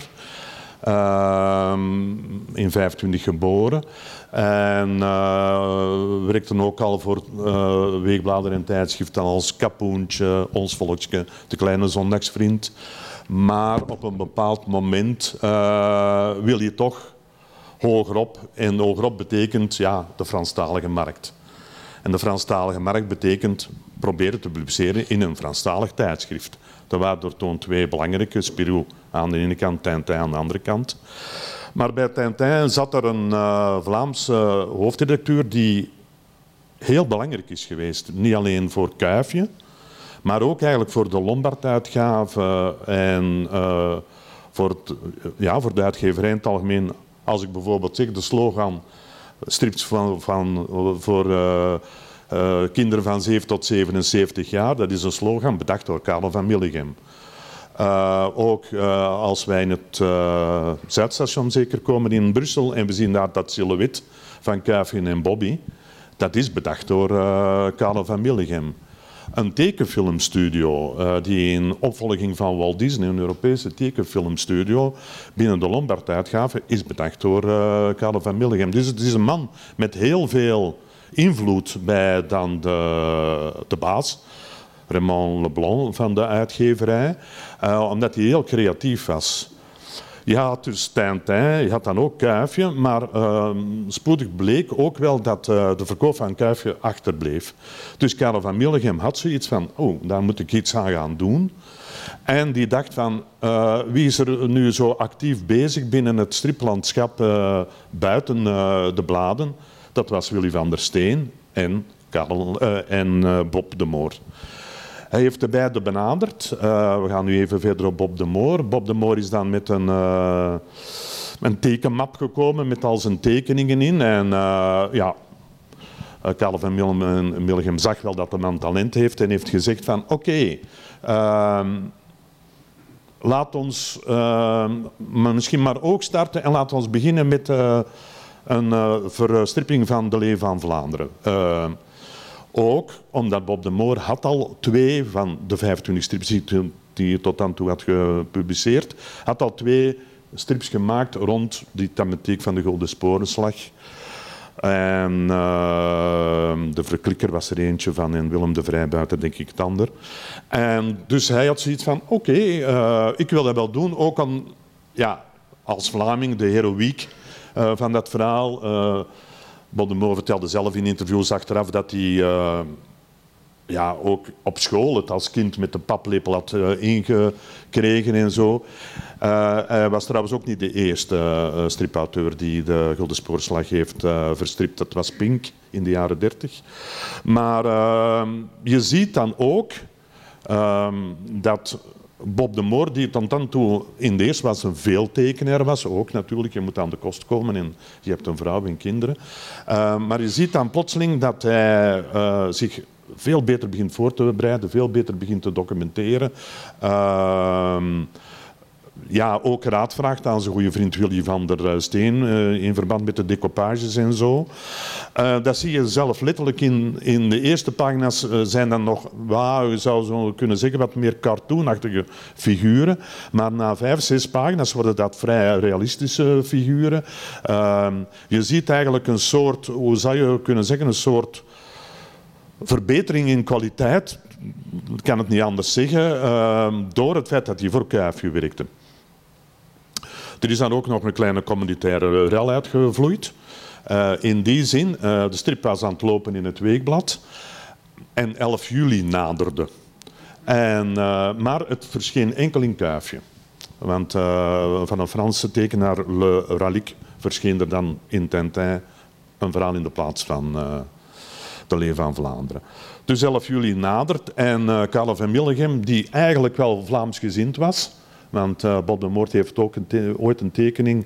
Uh, in vijfentwintig geboren. En uh, werkte ook al voor uh, weekbladen en tijdschriften als Kapoentje, Ons Volksje, De Kleine Zondagsvriend. Maar op een bepaald moment uh, wil je toch hogerop. En hogerop betekent ja, de Franstalige markt. En de Franstalige markt betekent proberen te publiceren in een Franstalig tijdschrift. Dat waren er toen twee belangrijke, Spirou aan de ene kant, Tintin aan de andere kant. Maar bij Tintin zat er een uh, Vlaamse hoofdredacteur die heel belangrijk is geweest. Niet alleen voor Kuifje, maar ook eigenlijk voor de Lombard-uitgave en uh, voor, het, ja, voor de uitgeverij in het algemeen. Als ik bijvoorbeeld zeg, de slogan strips van, van, voor uh, uh, kinderen van zeven tot zevenenzeventig jaar, dat is een slogan bedacht door Karel van Milligem. Uh, ook uh, als wij in het uh, Zuidstation zeker komen in Brussel en we zien daar dat silhouet van Kuifje en Bobby, dat is bedacht door uh, Karel van Milligem. Een tekenfilmstudio uh, die in opvolging van Walt Disney, een Europese tekenfilmstudio, binnen de Lombard-uitgave is bedacht door uh, Karel van Milligem. Dus het is een man met heel veel invloed bij dan de, de baas, Raymond Leblanc van de uitgeverij, uh, omdat hij heel creatief was. Je had dus Tintin, je had dan ook Kuifje, maar uh, spoedig bleek ook wel dat uh, de verkoop van Kuifje achterbleef. Dus Karel van Milligem had zoiets van, oh, daar moet ik iets aan gaan doen. En die dacht van, uh, wie is er nu zo actief bezig binnen het striplandschap uh, buiten uh, de bladen? Dat was Willy van der Steen en, Karel, uh, en uh, Bob de Moor. Hij heeft de beide benaderd. Uh, we gaan nu even verder op Bob de Moor. Bob de Moor is dan met een, uh, een tekenmap gekomen met al zijn tekeningen in. En uh, ja, uh, Karel van Milligem zag wel dat de man talent heeft en heeft gezegd van oké, okay, uh, laat ons uh, misschien maar ook starten en laat ons beginnen met uh, een uh, verstripping van de Leeuw van Vlaanderen. Uh, ook omdat Bob de Moor had al twee van de vijfentwintig strips die hij tot dan toe had gepubliceerd, had al twee strips gemaakt rond die thematiek van de Gulden Sporenslag. En uh, de Verklikker was er eentje van en Willem de Vrijbuiter, denk ik, het ander. En dus hij had zoiets van, oké, okay, uh, ik wil dat wel doen. Ook aan, ja, als Vlaming, de heroïek uh, van dat verhaal. Uh, Bob de Moor vertelde zelf in interviews achteraf dat hij uh, ja, ook op school het als kind met de paplepel had uh, ingekregen en zo. Uh, hij was trouwens ook niet de eerste uh, stripauteur die de Gulden Sporenslag heeft uh, verstript. Dat was Pink in de jaren dertig. Maar uh, je ziet dan ook uh, dat Bob de Moor, die tot dan toe in de eerste was een veeltekenaar was, ook natuurlijk, je moet aan de kost komen en je hebt een vrouw en kinderen. Uh, maar je ziet dan plotseling dat hij uh, zich veel beter begint voor te bereiden, veel beter begint te documenteren. Uh, ja, ook raad vraagt aan zijn goede vriend Willy van der Steen uh, in verband met de decoupages en zo. Uh, dat zie je zelf letterlijk in, in de eerste pagina's uh, zijn dan nog, wow, je zou zo kunnen zeggen, wat meer cartoonachtige figuren. Maar na vijf, zes pagina's worden dat vrij realistische figuren. Uh, je ziet eigenlijk een soort, hoe zou je kunnen zeggen, een soort verbetering in kwaliteit, ik kan het niet anders zeggen, uh, door het feit dat hij voor Kuifje werkte. Er is dan ook nog een kleine communitaire rel uitgevloeid. Uh, in die zin, uh, de strip was aan het lopen in het weekblad en elf juli naderde. En, uh, maar het verscheen enkel in Kuifje. Want uh, van een Franse tekenaar, Le Ralic, verscheen er dan in Tintin een verhaal in de plaats van uh, de Leeuw van Vlaanderen. Dus elf juli nadert en uh, Karel van Millegem, die eigenlijk wel Vlaamsgezind was, want uh, Bob de Moor heeft ook een ooit een tekening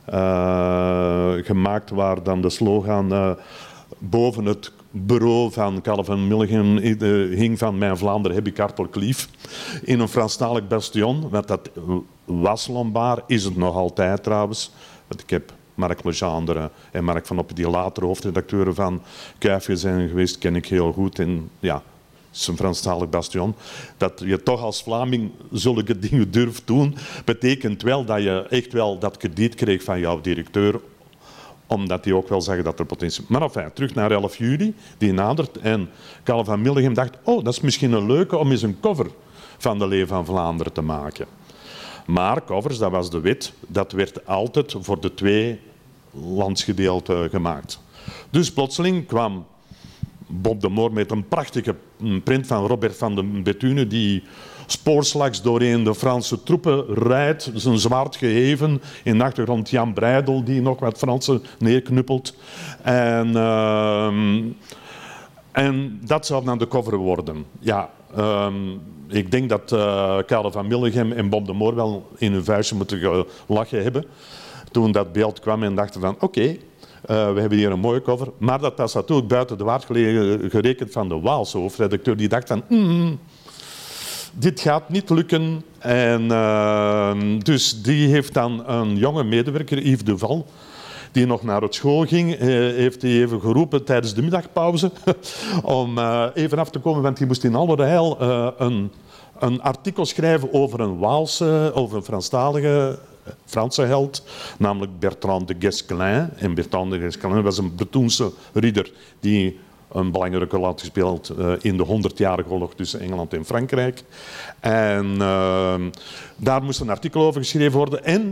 uh, gemaakt waar dan de slogan uh, boven het bureau van Karel van Millegem uh, hing van Mijn Vlaanderen heb ik hartelijk lief. In een Franstalig bastion, want dat was Lombard, is het nog altijd trouwens. Want ik heb Marc Legendre en Mark van Oppen, die later hoofdredacteuren van Kuifje zijn geweest, ken ik heel goed. En ja, het is een Franstalig bastion. Dat je toch als Vlaming zulke dingen durft doen, betekent wel dat je echt wel dat krediet kreeg van jouw directeur, omdat hij ook wel zag dat er potentie... Maar enfin, terug naar elf juli, die nadert. En Karel van Millegem dacht, oh, dat is misschien een leuke om eens een cover van de Leeuw van Vlaanderen te maken. Maar covers, dat was de wet, dat werd altijd voor de twee landsgedeelten gemaakt. Dus plotseling kwam Bob de Moor met een prachtige print van Robert van de Bethune, die spoorslags doorheen de Franse troepen rijdt, zijn zwaard geheven, in de achtergrond Jan Breidel, die nog wat Fransen neerknuppelt. En, uh, en dat zou dan de cover worden. Ja, uh, ik denk dat uh, Karel van Millegem en Bob de Moor wel in hun vuistje moeten lachen hebben toen dat beeld kwam en dachten van oké, okay, uh, we hebben hier een mooie cover. Maar dat was natuurlijk buiten de waard gerekend van de Waalse hoofdredacteur, die dacht van mm, dit gaat niet lukken. En uh, dus die heeft dan een jonge medewerker, Yves Duval, die nog naar het school ging, heeft hij even geroepen tijdens de middagpauze om uh, even af te komen, want hij moest in allerijl uh, een, een artikel schrijven over een Waalse, over een Franstalige Franse held, namelijk Bertrand de Guesclin. En Bertrand de Guesclin was een Bretoense ridder die een belangrijke rol had gespeeld uh, in de honderdjarige oorlog tussen Engeland en Frankrijk. En uh, daar moest een artikel over geschreven worden. En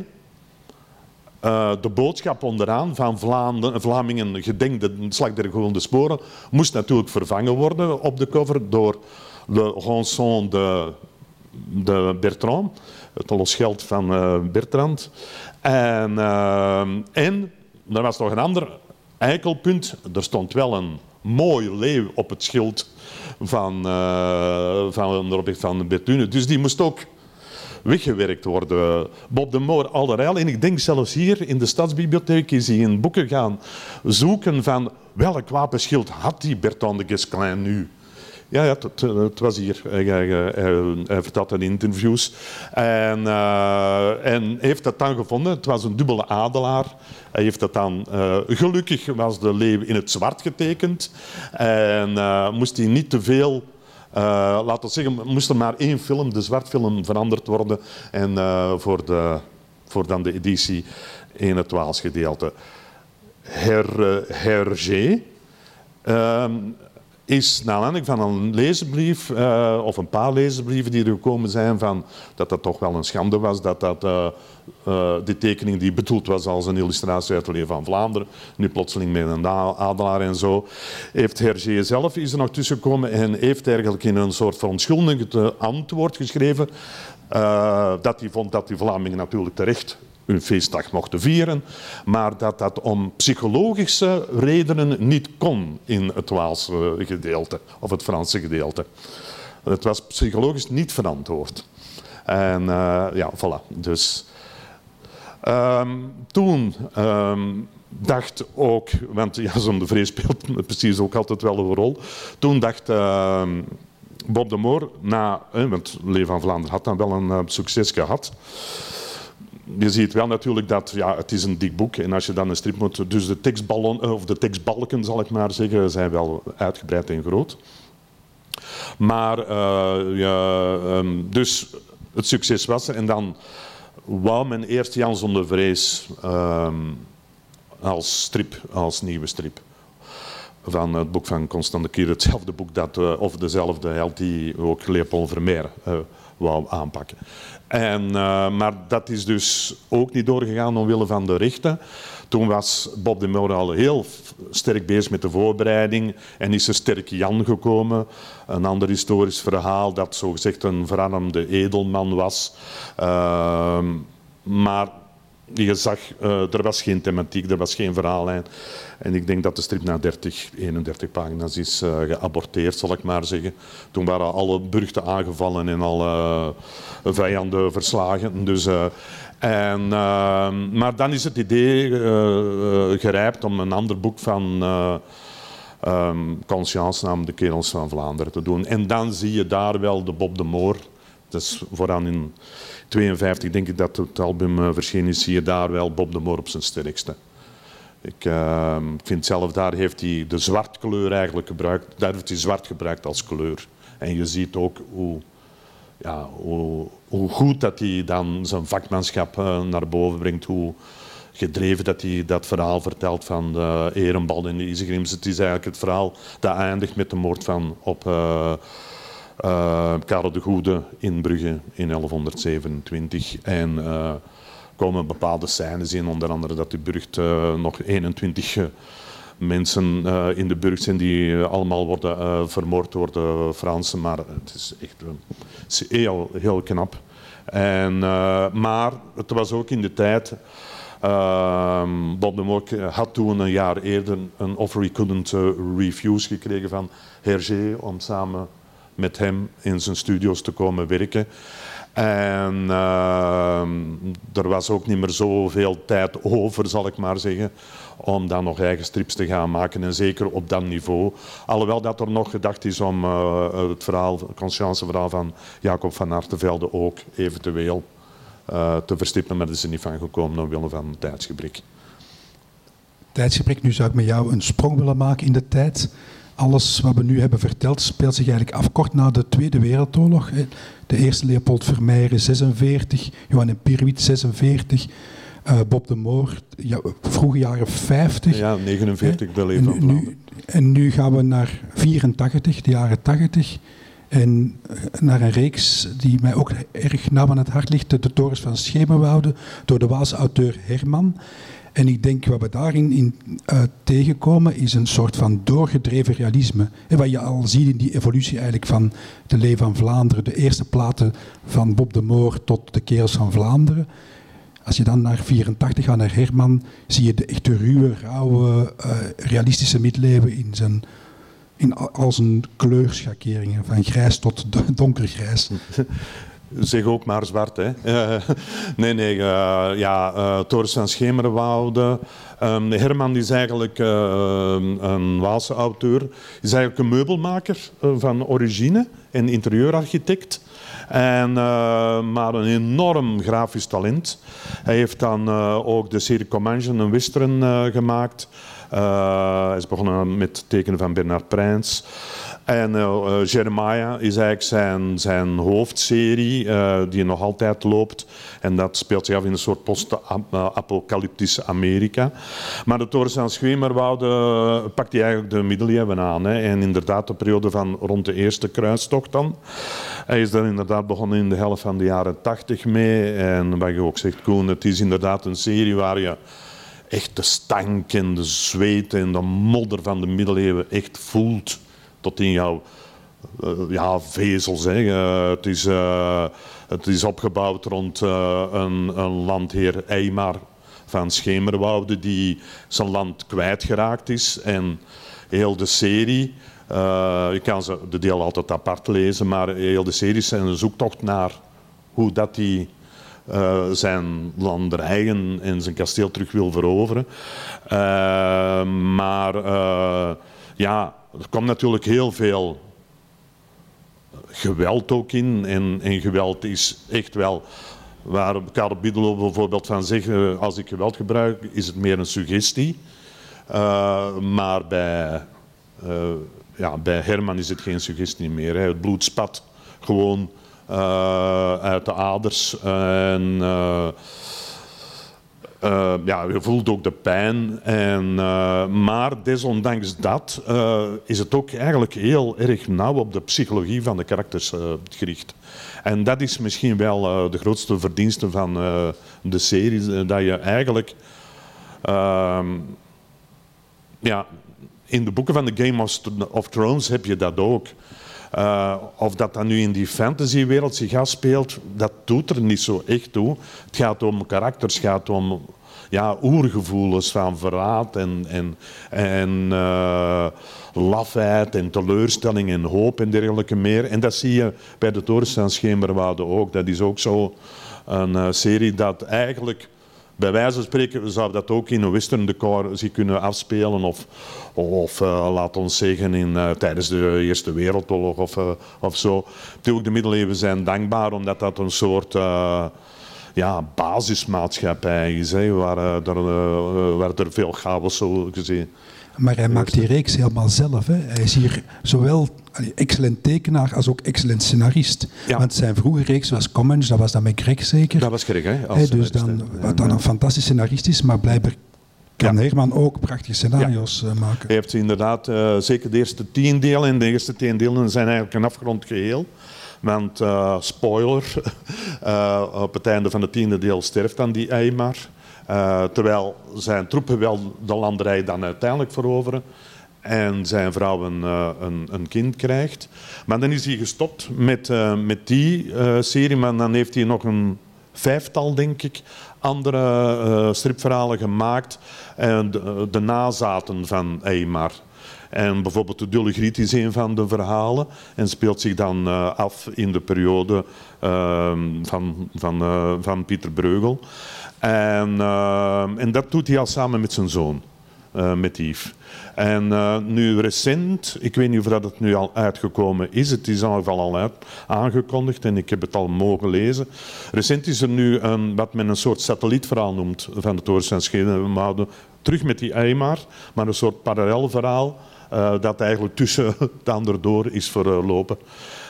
Uh, de boodschap onderaan van Vlaanderen, Vlamingen gedenk de slag der Gulden Sporen moest natuurlijk vervangen worden op de cover door Le Rançon de, de Bertrand, het losgeld van uh, Bertrand. En, uh, en er was nog een ander eikelpunt, er stond wel een mooie leeuw op het schild van, uh, van Robert van de Bethune, dus die moest ook weggewerkt worden. Bob de Moor allerijl. En ik denk zelfs hier in de Stadsbibliotheek is hij in boeken gaan zoeken van welk wapenschild had die Bertrand de Guesclin nu. Ja, ja het, het was hier. Hij, hij, hij, hij vertelt in interviews. En, uh, en heeft dat dan gevonden. Het was een dubbele adelaar. Hij heeft dat dan... Uh, gelukkig was de leeuw in het zwart getekend. En uh, moest hij niet te veel... Uh, laten we zeggen, moest er maar één film, de zwartfilm, veranderd worden. En uh, voor, de, voor dan de editie in het Waals gedeelte. Her, uh, Hergé... Uh, is naar aanleiding van een lezersbrief, uh, of een paar lezersbrieven die er gekomen zijn, van dat dat toch wel een schande was, dat, dat uh, uh, die tekening die bedoeld was als een illustratie uit het leven van Vlaanderen, nu plotseling met een adelaar en zo, heeft Hergé zelf is er nog tussen gekomen en heeft eigenlijk in een soort verontschuldigend antwoord geschreven uh, dat hij vond dat die Vlamingen natuurlijk terecht hun feestdag mochten vieren, maar dat dat om psychologische redenen niet kon in het Waalse gedeelte of het Franse gedeelte. Het was psychologisch niet verantwoord. En uh, ja, voilà. Dus um, toen um, dacht ook, want ja, John de Vrees speelt precies ook altijd wel een rol. Toen dacht uh, Bob de Moor, na, eh, want Leeuw van Vlaanderen had dan wel een uh, succes gehad. Je ziet wel natuurlijk dat ja, het is een dik boek en als je dan een strip moet... Dus de tekstballen, of de tekstbalken, zal ik maar zeggen, zijn wel uitgebreid en groot. Maar uh, ja, um, dus het succes was er. En dan wou men eerst Jan de Vrees um, als strip, als nieuwe strip. Van het boek van Constant de Kier, hetzelfde boek dat, uh, of dezelfde held die ook Leopold Vermeer uh, wou aanpakken. En, uh, maar dat is dus ook niet doorgegaan omwille van de rechten. Toen was Bob de Moor al heel sterk bezig met de voorbereiding en is er Sterke Jan gekomen. Een ander historisch verhaal dat zogezegd een verarmde edelman was. Uh, maar je zag, uh, er was geen thematiek, er was geen verhaallijn. En ik denk dat de strip na dertig, eenendertig pagina's is uh, geaborteerd, zal ik maar zeggen. Toen waren alle burchten aangevallen en alle uh, vijanden verslagen. Dus, uh, en, uh, maar dan is het idee uh, uh, gerijpt om een ander boek van uh, um, Conscience, namelijk De Kerels van Vlaanderen, te doen. En dan zie je daar wel de Bob de Moor. Dat is vooral in tweeënvijftig, denk ik dat het album uh, verschenen is, zie je daar wel Bob de Moor op zijn sterkste. Ik uh, vind zelf, daar heeft hij de zwartkleur eigenlijk gebruikt. Daar heeft hij zwart gebruikt als kleur. En je ziet ook hoe, ja, hoe, hoe goed dat hij dan zijn vakmanschap uh, naar boven brengt. Hoe gedreven dat hij dat verhaal vertelt van de Ehrenbal en de Isegrims. Het is eigenlijk het verhaal dat eindigt met de moord van op uh, uh, Karel de Goede in Brugge in elfhonderdzevenentwintig. En uh, komen bepaalde scènes in, onder andere dat die burcht uh, nog eenentwintig uh, mensen uh, in de burcht zijn die uh, allemaal worden uh, vermoord door de Fransen, maar het is echt uh, heel, heel knap. En, uh, maar het was ook in de tijd, uh, Bob de Moor had toen een jaar eerder een offer he couldn't uh, refuse gekregen van Hergé om samen met hem in zijn studio's te komen werken. En uh, er was ook niet meer zoveel tijd over, zal ik maar zeggen, om dan nog eigen strips te gaan maken. En zeker op dat niveau. Alhoewel dat er nog gedacht is om uh, het verhaal, het conscience-verhaal van Jacob van Artevelde ook eventueel uh, te verstippen. Maar dat is er niet van gekomen omwille van tijdsgebrek. Tijdsgebrek, nu zou ik met jou een sprong willen maken in de tijd. Alles wat we nu hebben verteld speelt zich eigenlijk af kort na de Tweede Wereldoorlog. De eerste Leopold Vermeijeren zesenveertig, Johan en Pierwiet zesenveertig, uh, Bob de Moor, ja, vroege jaren vijftig. Ja, negenenveertig de Leeuw van en, nu, en nu gaan we naar vierentachtig, de jaren tachtig. En naar een reeks die mij ook erg nauw aan het hart ligt, De Torens van Schemerwoude, door de Waalse auteur Herman. En ik denk wat we daarin in, uh, tegenkomen is een soort van doorgedreven realisme. En wat je al ziet in die evolutie eigenlijk van De Leeuw van Vlaanderen, de eerste platen van Bob de Moor tot De Kerels van Vlaanderen. Als je dan naar vierentachtig gaat, naar Herman, zie je de echte ruwe, rauwe, uh, realistische middeleeuwen in, zijn, in al zijn kleurschakeringen, van grijs tot donkergrijs. Zeg ook maar zwart, hè. Uh, nee, nee, uh, ja, uh, Torens van Schemerwoude. Um, Herman is eigenlijk uh, een Waalse auteur. Is eigenlijk een meubelmaker uh, van origine en interieurarchitect. En, uh, maar een enorm grafisch talent. Hij heeft dan uh, ook de serie Comanche, een western, uh, gemaakt. Uh, hij is begonnen met het tekenen van Bernard Prijns. En uh, Jeremiah is eigenlijk zijn, zijn hoofdserie, uh, die nog altijd loopt. En dat speelt zich af in een soort post-apocalyptische Amerika. Maar de Torens van Schemerwoude pakt hij eigenlijk de middeleeuwen aan. Hè. En inderdaad de periode van rond de eerste kruistocht dan. Hij is daar inderdaad begonnen in de helft van de jaren tachtig mee. En wat je ook zegt, Koen, het is inderdaad een serie waar je echt de stank en de zweet en de modder van de middeleeuwen echt voelt. Tot in jouw uh, ja, vezels. Hè. Uh, het, is, uh, het is opgebouwd rond uh, een, een landheer Eymar van Schemerwoude die zijn land kwijtgeraakt is. En heel de serie, uh, je kan ze de deel altijd apart lezen, maar heel de serie is een zoektocht naar hoe dat die uh, zijn landerij en, en zijn kasteel terug wil veroveren. Uh, maar uh, ja... Er komt natuurlijk heel veel geweld ook in. En, en geweld is echt wel... Waar Karel Biddelo bijvoorbeeld van zegt, als ik geweld gebruik, is het meer een suggestie. Uh, maar bij, uh, ja, bij Herman is het geen suggestie meer. Hè. Het bloed spat gewoon uh, uit de aders. En... Uh, Uh, ja, je voelt ook de pijn. En, uh, maar desondanks dat uh, is het ook eigenlijk heel erg nauw op de psychologie van de karakters uh, gericht. En dat is misschien wel uh, de grootste verdienste van uh, de serie. Uh, dat je eigenlijk... Uh, ja, in de boeken van de Game of, of Thrones heb je dat ook. Uh, of dat dan nu in die fantasywereld zich afspeelt, dat doet er niet zo echt toe. Het gaat om karakters, het gaat om ja, oergevoelens van verraad en, en, en uh, lafheid en teleurstelling en hoop en dergelijke meer. En dat zie je bij de Torens van Schemerwoude ook. Dat is ook zo een uh, serie dat eigenlijk... Bij wijze van spreken zou dat ook in een western decor zich kunnen afspelen of, of uh, laat ons zeggen in, uh, tijdens de Eerste Wereldoorlog of, uh, of zo. Natuurlijk, de middeleeuwen zijn dankbaar omdat dat een soort uh, ja, basismaatschappij is, hè, waar, uh, er, uh, waar er veel chaos zo gezien. Maar hij maakt die reeks helemaal zelf. Hè. Hij is hier zowel allee, excellent tekenaar als ook excellent scenarist. Ja. Want zijn vroege reeks was Comanche, dat was dan met Greg zeker. Dat was Greg, hè? Hey, dus dan, wat dan een fantastisch scenarist is, maar blijkbaar kan ja. Herman ook prachtige scenario's ja. maken. Hij heeft inderdaad, uh, zeker de eerste tien delen, en de eerste tien delen zijn eigenlijk een afgerond geheel. Want, uh, spoiler, uh, op het einde van het tiende deel sterft dan die Eymar. Uh, terwijl zijn troepen wel de landerij dan uiteindelijk veroveren en zijn vrouw een, uh, een, een kind krijgt. Maar dan is hij gestopt met, uh, met die uh, serie, maar dan heeft hij nog een vijftal, denk ik, andere uh, stripverhalen gemaakt. En de, de nazaten van Eymar. En bijvoorbeeld de Dulle Griet is een van de verhalen en speelt zich dan uh, af in de periode uh, van, van, uh, van Pieter Bruegel. En, uh, en dat doet hij al samen met zijn zoon, uh, met Yves. En uh, nu recent, ik weet niet of dat het nu al uitgekomen is, het is in ieder geval al uit, aangekondigd en ik heb het al mogen lezen. Recent is er nu een, wat men een soort satellietverhaal noemt van de Torens van Schemerwoude, terug met die Eymar, maar een soort parallelverhaal uh, dat eigenlijk tussen de ander door is verlopen.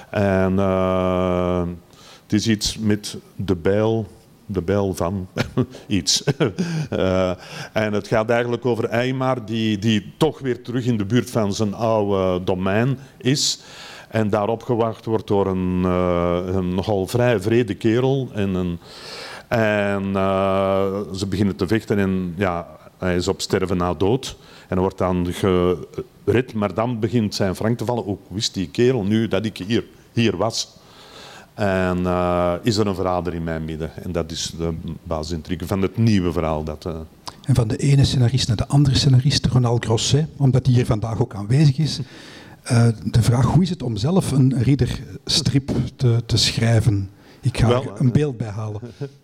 En uh, het is iets met de bijl. De bijl van iets. uh, en het gaat eigenlijk over Eymar die, die toch weer terug in de buurt van zijn oude domein is. En daar opgewacht wordt door een, uh, een nogal vrij vrede kerel. En, een, en uh, ze beginnen te vechten en ja, hij is op sterven na dood. En wordt dan gered, maar dan begint zijn frank te vallen. Ook wist die kerel nu dat ik hier, hier was. En uh, is er een verrader in mijn midden. En dat is de basisintrigue van het nieuwe verhaal. Dat, uh... En van de ene scenarist naar de andere scenarist, Ronald Grosset, omdat hij hier vandaag ook aanwezig is. Uh, de vraag, hoe is het om zelf een ridderstrip te, te schrijven? Ik ga Wel, er een beeld bij halen.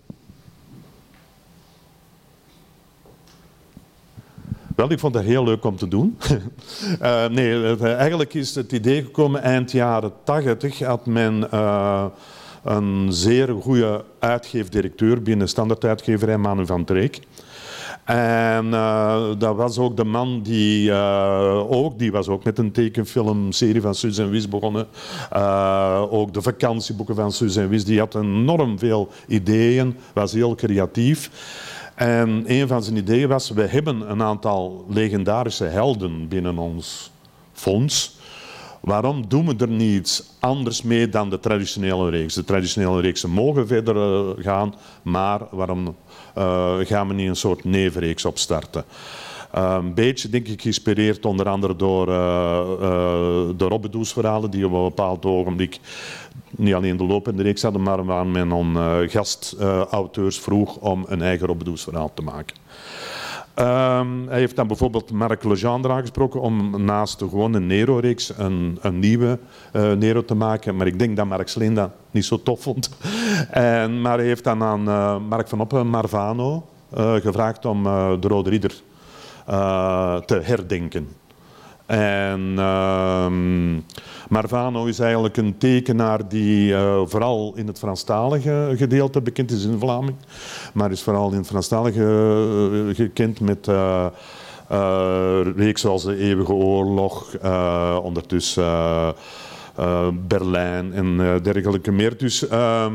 Wel, ik vond dat heel leuk om te doen. uh, nee, het, eigenlijk is het idee gekomen eind jaren tachtig had men uh, een zeer goede uitgeefdirecteur binnen standaarduitgeverij, Manu van Treek. En uh, dat was ook de man die, uh, ook, die was ook met een tekenfilmserie van Suus en Wies begonnen. Uh, ook de vakantieboeken van Suus en Wies. Die had enorm veel ideeën, was heel creatief. En een van zijn ideeën was, we hebben een aantal legendarische helden binnen ons fonds. Waarom doen we er niets anders mee dan de traditionele reeks? De traditionele reeksen mogen verder uh, gaan, maar waarom uh, gaan we niet een soort nevenreeks opstarten? Uh, een beetje, denk ik, geïnspireerd onder andere door uh, uh, de Robbedoes-verhalen, die op een bepaald ogenblik niet alleen de lopende reeks hadden, maar waar men om uh, gastauteurs uh, vroeg om een eigen Robbedoes-verhaal te maken. Um, hij heeft dan bijvoorbeeld Marc Legendre aangesproken om naast de gewone Nero-reeks een, een nieuwe uh, Nero te maken. Maar ik denk dat Marc Sleen dat niet zo tof vond. En, maar hij heeft dan aan uh, Mark van Oppen Marvano uh, gevraagd om uh, de Rode Ridder uh, te herdenken. En uh, Marvano is eigenlijk een tekenaar die uh, vooral in het Franstalige gedeelte bekend is in Vlaming, maar is vooral in het Franstalige uh, gekend met uh, uh, reeks zoals De Eeuwige Oorlog, uh, ondertussen uh, uh, Berlijn en uh, dergelijke meer. Dus, uh,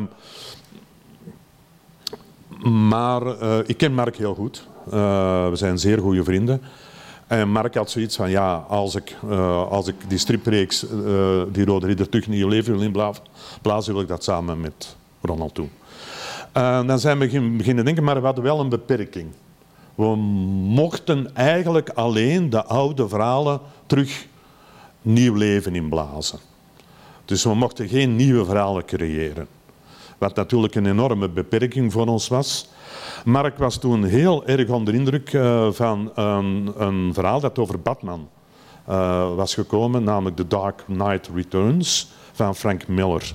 maar uh, ik ken Mark heel goed. Uh, we zijn zeer goede vrienden. En Mark had zoiets van, ja, als ik, uh, als ik die stripreeks, uh, die Rode Ridder, terug nieuw leven wil inblazen, wil ik dat samen met Ronald doen. Uh, dan zijn we beginnen denken, maar we hadden wel een beperking. We mochten eigenlijk alleen de oude verhalen terug nieuw leven inblazen. Dus we mochten geen nieuwe verhalen creëren. Wat natuurlijk een enorme beperking voor ons was. Mark was toen heel erg onder indruk uh, van een, een verhaal dat over Batman uh, was gekomen, namelijk The Dark Knight Returns van Frank Miller.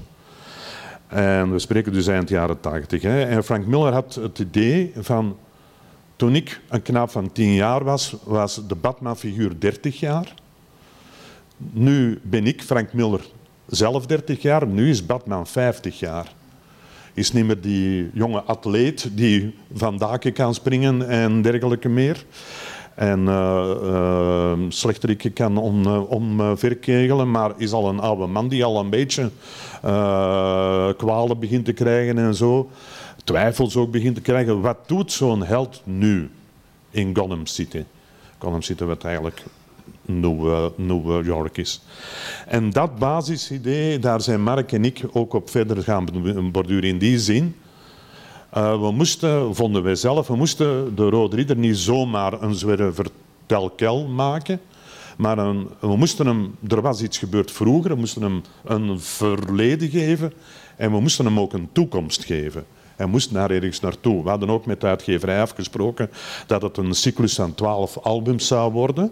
En we spreken dus eind jaren tachtig. En Frank Miller had het idee van, toen ik een knaap van tien jaar was, was de Batman-figuur dertig jaar. Nu ben ik, Frank Miller, zelf dertig jaar, nu is Batman vijftig jaar. Is niet meer die jonge atleet die van daken kan springen en dergelijke meer. En uh, uh, slechterikken kan omverkegelen, om, uh, maar is al een oude man die al een beetje uh, kwalen begint te krijgen en zo. Twijfels ook begint te krijgen. Wat doet zo'n held nu in Gotham City? Gotham City wat eigenlijk New, uh, New York is. En dat basisidee, daar zijn Mark en ik ook op verder gaan borduren in die zin. Uh, we moesten, vonden wij zelf, we moesten de Rode Ridder niet zomaar een zware vertelkel maken, maar een, we moesten hem, er was iets gebeurd vroeger, we moesten hem een verleden geven en we moesten hem ook een toekomst geven. Hij moest naar ergens naartoe. We hadden ook met de uitgeverij afgesproken dat het een cyclus van twaalf albums zou worden.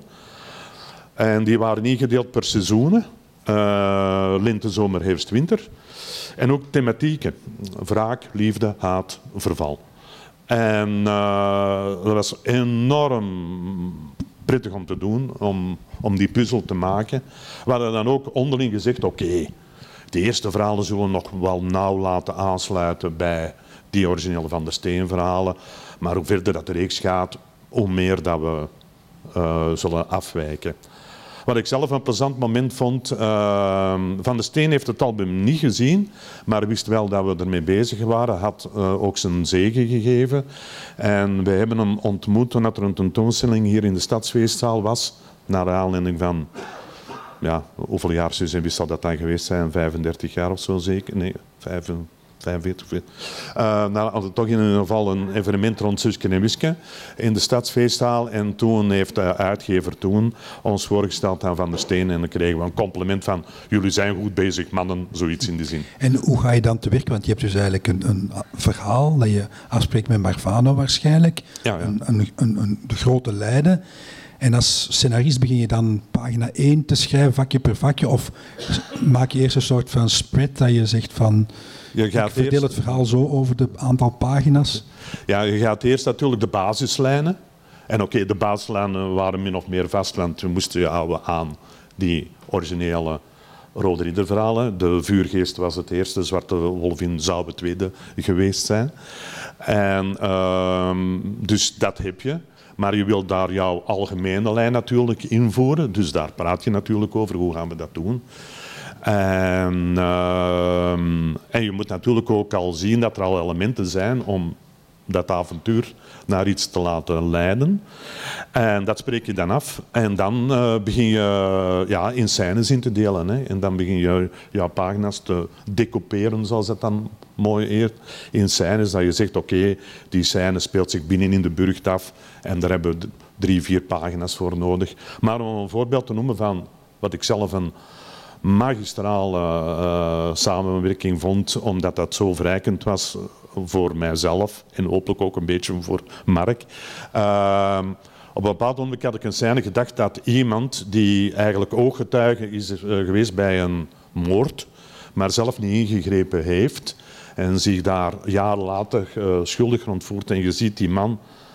En die waren ingedeeld per seizoenen. Uh, lente, zomer, herfst, winter. En ook thematieken. Wraak, liefde, haat, verval. En uh, dat was enorm prettig om te doen, om, om die puzzel te maken. We hadden dan ook onderling gezegd, oké, okay, de eerste verhalen zullen we nog wel nauw laten aansluiten bij die originele Van der Steen verhalen. Maar hoe verder dat de reeks gaat, hoe meer dat we uh, zullen afwijken. Wat ik zelf een plezant moment vond, uh, Van der Steen heeft het album niet gezien, maar wist wel dat we ermee bezig waren, had uh, ook zijn zegen gegeven. En wij hebben hem ontmoet toen er een tentoonstelling hier in de Stadsfeestzaal was, naar de aanleiding van, ja, hoeveel jaar Suus en Wies zal dat dan geweest zijn, vijfendertig jaar of zo zeker? Nee, vijfenveertig. vijfenveertig. Uh, nou, toch in ieder geval een evenement rond Suske en Wiske in de Stadsfeestzaal. En toen heeft de uitgever toen ons voorgesteld aan Van der Steen. En dan kregen we een compliment van, jullie zijn goed bezig mannen, zoiets in die zin. En hoe ga je dan te werk? Want je hebt dus eigenlijk een, een verhaal dat je afspreekt met Marvano waarschijnlijk. Ja, ja. Een, een, een, een, de grote lijnen. En als scenarist begin je dan pagina één te schrijven, vakje per vakje, of maak je eerst een soort van spread dat je zegt van, je gaat ik verdeel eerst... het verhaal zo over het aantal pagina's? Ja, je gaat eerst natuurlijk de basislijnen. En oké, okay, de basislijnen waren min of meer vast, want we moesten je houden aan die originele Rode Ridderverhalen. De Vuurgeest was het eerste, Zwarte Wolvin zou het tweede geweest zijn. En, uh, dus dat heb je. Maar je wilt daar jouw algemene lijn natuurlijk invoeren. Dus daar praat je natuurlijk over, hoe gaan we dat doen. En, uh, en je moet natuurlijk ook al zien dat er al elementen zijn om dat avontuur naar iets te laten leiden. En dat spreek je dan af. En dan uh, begin je ja, in scènes in te delen. Hè. En dan begin je jouw pagina's te decouperen, zoals dat dan mooi heet. In scènes dat je zegt, oké, okay, die scène speelt zich binnen in de burcht af. En daar hebben we drie, vier pagina's voor nodig. Maar om een voorbeeld te noemen van wat ik zelf een magistrale uh, samenwerking vond, omdat dat zo verrijkend was voor mijzelf en hopelijk ook een beetje voor Mark. Uh, op een bepaald moment had ik een scène gedacht dat iemand die eigenlijk ooggetuige is uh, geweest bij een moord, maar zelf niet ingegrepen heeft en zich daar jaren later uh, schuldig rond voelt, en je ziet die man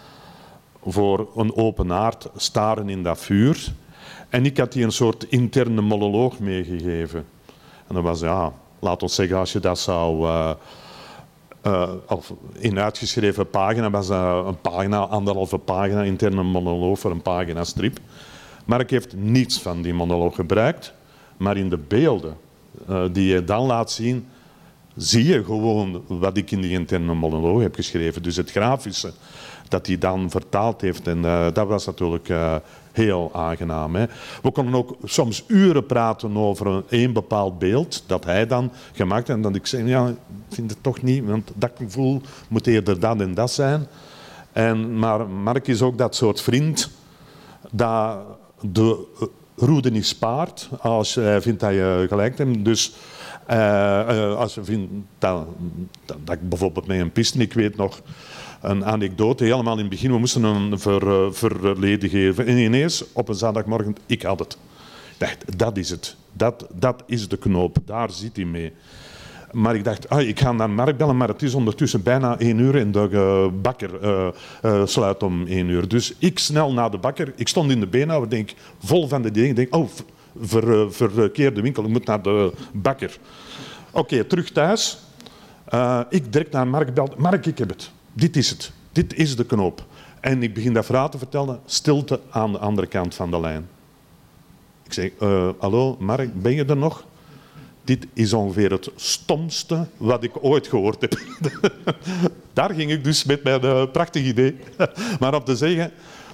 voor een open haard staren in dat vuur. En ik had die een soort interne monoloog meegegeven. En dat was, ja, laat ons zeggen, als je dat zou... Uh, uh, of in uitgeschreven pagina was dat een pagina, anderhalve pagina, interne monoloog voor een pagina strip. Maar ik heeft niets van die monoloog gebruikt. Maar in de beelden uh, die je dan laat zien, zie je gewoon wat ik in die interne monoloog heb geschreven. Dus het grafische dat hij dan vertaald heeft. En uh, dat was natuurlijk uh, heel aangenaam. Hè. We konden ook soms uren praten over een, een bepaald beeld dat hij dan gemaakt heeft. En dat ik zei, ja, ik vind het toch niet, want dat gevoel moet eerder dat en dat zijn. En, maar Mark is ook dat soort vriend dat de roede niet spaart als hij vindt dat je gelijk hebt. Dus uh, uh, als je vindt dat, dat, dat ik bijvoorbeeld met een piste, ik weet nog een anekdote, helemaal in het begin, we moesten een ver, uh, verleden geven. En ineens, op een zaterdagmorgen, ik had het. Ik dacht, dat is het. Dat, dat is de knoop. Daar zit hij mee. Maar ik dacht, ah, ik ga naar Mark bellen, maar het is ondertussen bijna één uur en de uh, bakker uh, uh, sluit om één uur. Dus ik snel naar de bakker. Ik stond in de beenhouwer, denk vol van de dingen. Ik denk, oh, ver, uh, verkeerde winkel, ik moet naar de bakker. Oké, okay, terug thuis. Uh, ik direct naar Mark bel. Mark, ik heb het. Dit is het. Dit is de knoop. En ik begin dat verhaal te vertellen. Stilte aan de andere kant van de lijn. Ik zeg, uh, hallo Mark, ben je er nog? Dit is ongeveer het stomste wat ik ooit gehoord heb. Daar ging ik dus met mijn uh, prachtig idee. Maar om te zeggen,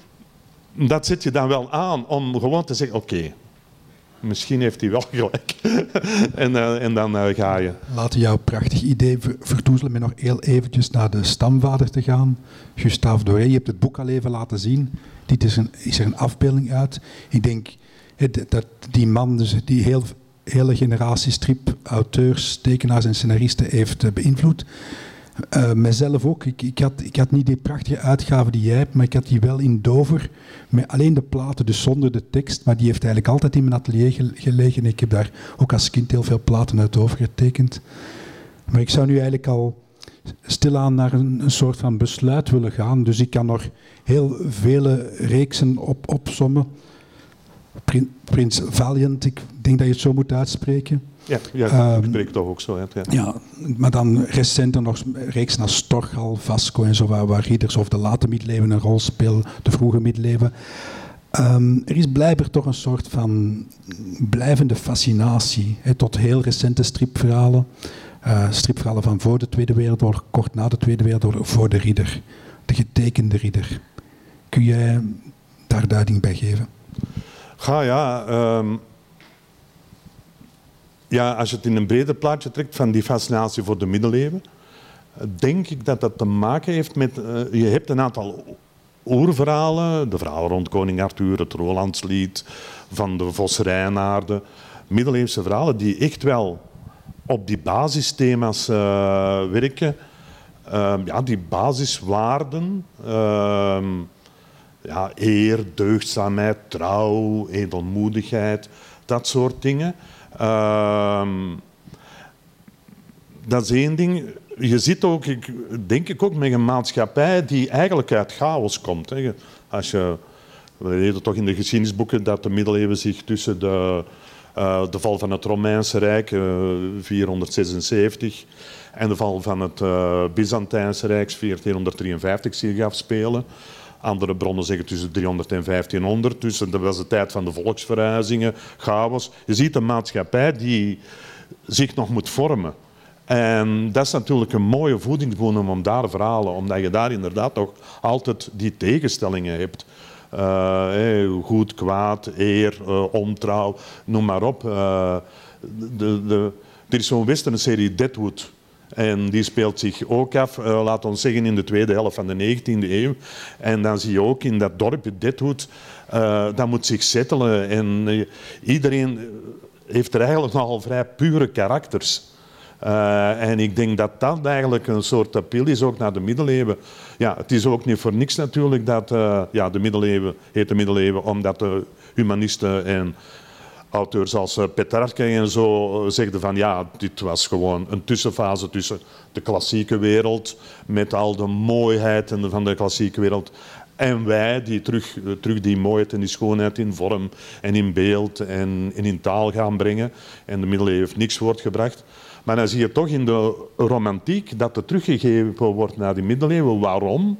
dat zet je dan wel aan om gewoon te zeggen, oké, okay, misschien heeft hij wel gelijk. en, uh, en dan uh, ga je. Laten jouw prachtig idee verdoezelen met nog heel eventjes naar de stamvader te gaan. Gustave Doré, je hebt het boek al even laten zien. Dit is, een, is er een afbeelding uit. Ik denk dat die man, dus die heel, hele generatie stripauteurs, tekenaars en scenaristen heeft uh, beïnvloed. Uh, mijzelf ook. Ik, ik, had, ik had niet die prachtige uitgave die jij hebt, maar ik had die wel in Dover, met alleen de platen, dus zonder de tekst, maar die heeft eigenlijk altijd in mijn atelier gelegen. Ik heb daar ook als kind heel veel platen uit Dover getekend. Maar ik zou nu eigenlijk al stilaan naar een, een soort van besluit willen gaan, dus ik kan nog heel vele reeksen op, opsommen. Prin, Prins Valiant, ik denk dat je het zo moet uitspreken. Ja, ja ik spreek um, toch ook zo. Ja. ja, maar dan recenter nog reeks als Storchal, Vasco en zo, waar, waar ridders of de late middeleeuwen een rol spelen, de vroege middeleeuwen. Um, er is blijkbaar toch een soort van blijvende fascinatie hè, tot heel recente stripverhalen. Uh, stripverhalen van voor de Tweede Wereldoorlog, kort na de Tweede Wereldoorlog, voor de ridder. De getekende ridder. Kun jij daar duiding bij geven? Ga ja... Um... Ja, als je het in een breder plaatje trekt van die fascinatie voor de middeleeuwen, denk ik dat dat te maken heeft met... Uh, je hebt een aantal oerverhalen, de verhalen rond koning Arthur, het Rolandslied, van de Vos Reinaarden, middeleeuwse verhalen die echt wel op die basisthema's uh, werken. Uh, ja, die basiswaarden, uh, ja, eer, deugdzaamheid, trouw, edelmoedigheid, dat soort dingen. Uh, dat is één ding. Je zit ook, ik, denk ik ook, met een maatschappij die eigenlijk uit chaos komt. Hè. Als je, we weten toch in de geschiedenisboeken dat de middeleeuwen zich tussen de, uh, de val van het Romeinse Rijk, uh, vierhonderdzesenzeventig, en de val van het uh, Byzantijnse Rijk, veertienhonderddrieënvijftig, zich afspelen. Andere bronnen zeggen tussen driehonderd en vijftienhonderd. Dus dat was de tijd van de volksverhuizingen, chaos. Je ziet een maatschappij die zich nog moet vormen. En dat is natuurlijk een mooie voedingsbodem om daar verhalen, omdat je daar inderdaad toch altijd die tegenstellingen hebt. Uh, hey, goed, kwaad, eer, uh, ontrouw, noem maar op. Uh, de, de, er is zo'n westernserie Deadwood. En die speelt zich ook af, uh, laten we zeggen, in de tweede helft van de negentiende eeuw. En dan zie je ook in dat dorpje Deadwood, uh, dat moet zich settelen. En uh, iedereen heeft er eigenlijk nogal vrij pure karakters. Uh, en ik denk dat dat eigenlijk een soort appeal is ook naar de middeleeuwen. Ja, het is ook niet voor niks natuurlijk dat uh, ja, de middeleeuwen heet de middeleeuwen, omdat de humanisten en auteurs als Petrarca en zo zegden van ja, dit was gewoon een tussenfase tussen de klassieke wereld met al de mooiheid van de klassieke wereld en wij die terug, terug die mooiheid en die schoonheid in vorm en in beeld en, en in taal gaan brengen. En de middeleeuwen heeft niks voortgebracht. Maar dan zie je toch in de romantiek dat er teruggegeven wordt naar de middeleeuwen. Waarom?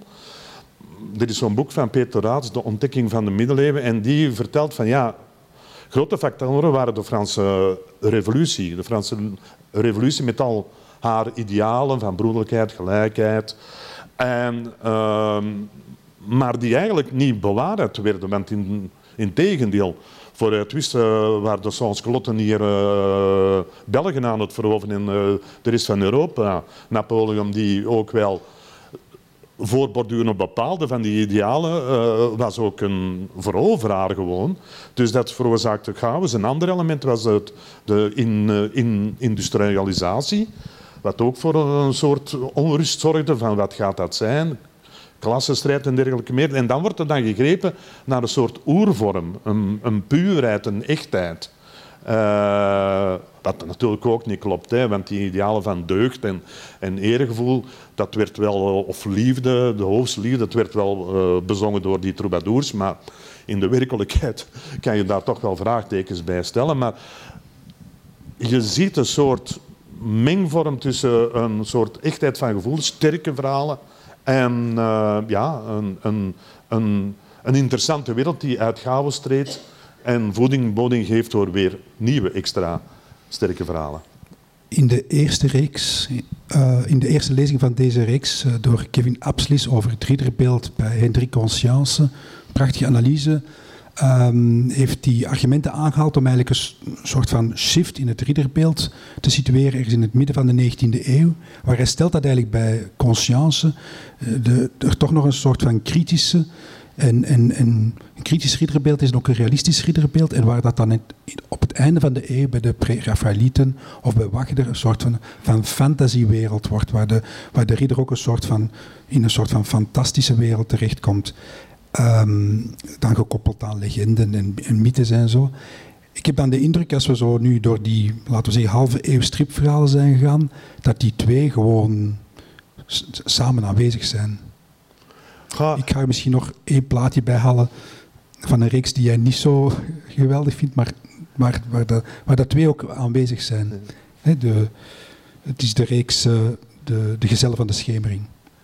Er is zo'n boek van Peter Raats, De Ontdekking van de Middeleeuwen, en die vertelt van ja, grote factoren waren de Franse revolutie. De Franse revolutie met al haar idealen van broederlijkheid, gelijkheid. En, uh, maar die eigenlijk niet bewaarheid werden, want in, in tegendeel. Vooruit wist uh, waren de sans-culotten hier uh, Belgen aan het veroveren in uh, de rest van Europa. Napoleon die ook wel voorborduren op bepaalde van die idealen, uh, was ook een veroveraar gewoon. Dus dat veroorzaakte chaos. Een ander element was het, de in, uh, in industrialisatie, wat ook voor een soort onrust zorgde van wat gaat dat zijn. Klassenstrijd en dergelijke meer. En dan wordt er dan gegrepen naar een soort oervorm, een, een puurheid, een echtheid. Uh, wat natuurlijk ook niet klopt, hè, want die idealen van deugd en, en eergevoel, dat werd wel, of liefde, de hoogste liefde, dat werd wel uh, bezongen door die troubadours, maar in de werkelijkheid kan je daar toch wel vraagtekens bij stellen. Maar je ziet een soort mengvorm tussen een soort echtheid van gevoel, sterke verhalen, en uh, ja, een, een, een, een interessante wereld die uit chaos treedt en voeding, boding geeft door weer nieuwe, extra sterke verhalen. In de eerste reeks, uh, in de eerste lezing van deze reeks, uh, door Kevin Abslis over het ridderbeeld bij Hendrik Conscience, prachtige analyse, um, heeft hij argumenten aangehaald om eigenlijk een soort van shift in het ridderbeeld te situeren, ergens in het midden van de negentiende eeuw, waar hij stelt dat eigenlijk bij Conscience uh, de, er toch nog een soort van kritische En, en, en een kritisch ridderbeeld is ook een realistisch ridderbeeld. En waar dat dan op het einde van de eeuw bij de pre-Raphaëlieten of bij Wagner een soort van, van fantasiewereld wordt. Waar de, waar de ridder ook een soort van, in een soort van fantastische wereld terechtkomt. Um, dan gekoppeld aan legenden en, en mythes en zo. Ik heb dan de indruk, als we zo nu door die, laten we zeggen, halve eeuw stripverhalen zijn gegaan, dat die twee gewoon s- samen aanwezig zijn. Ga. Ik ga er misschien nog één plaatje bij halen van een reeks die jij niet zo geweldig vindt, maar, maar waar, de, waar de twee ook aanwezig zijn. Ja. He, de, het is de reeks uh, de, de Gezellen van de Schemering.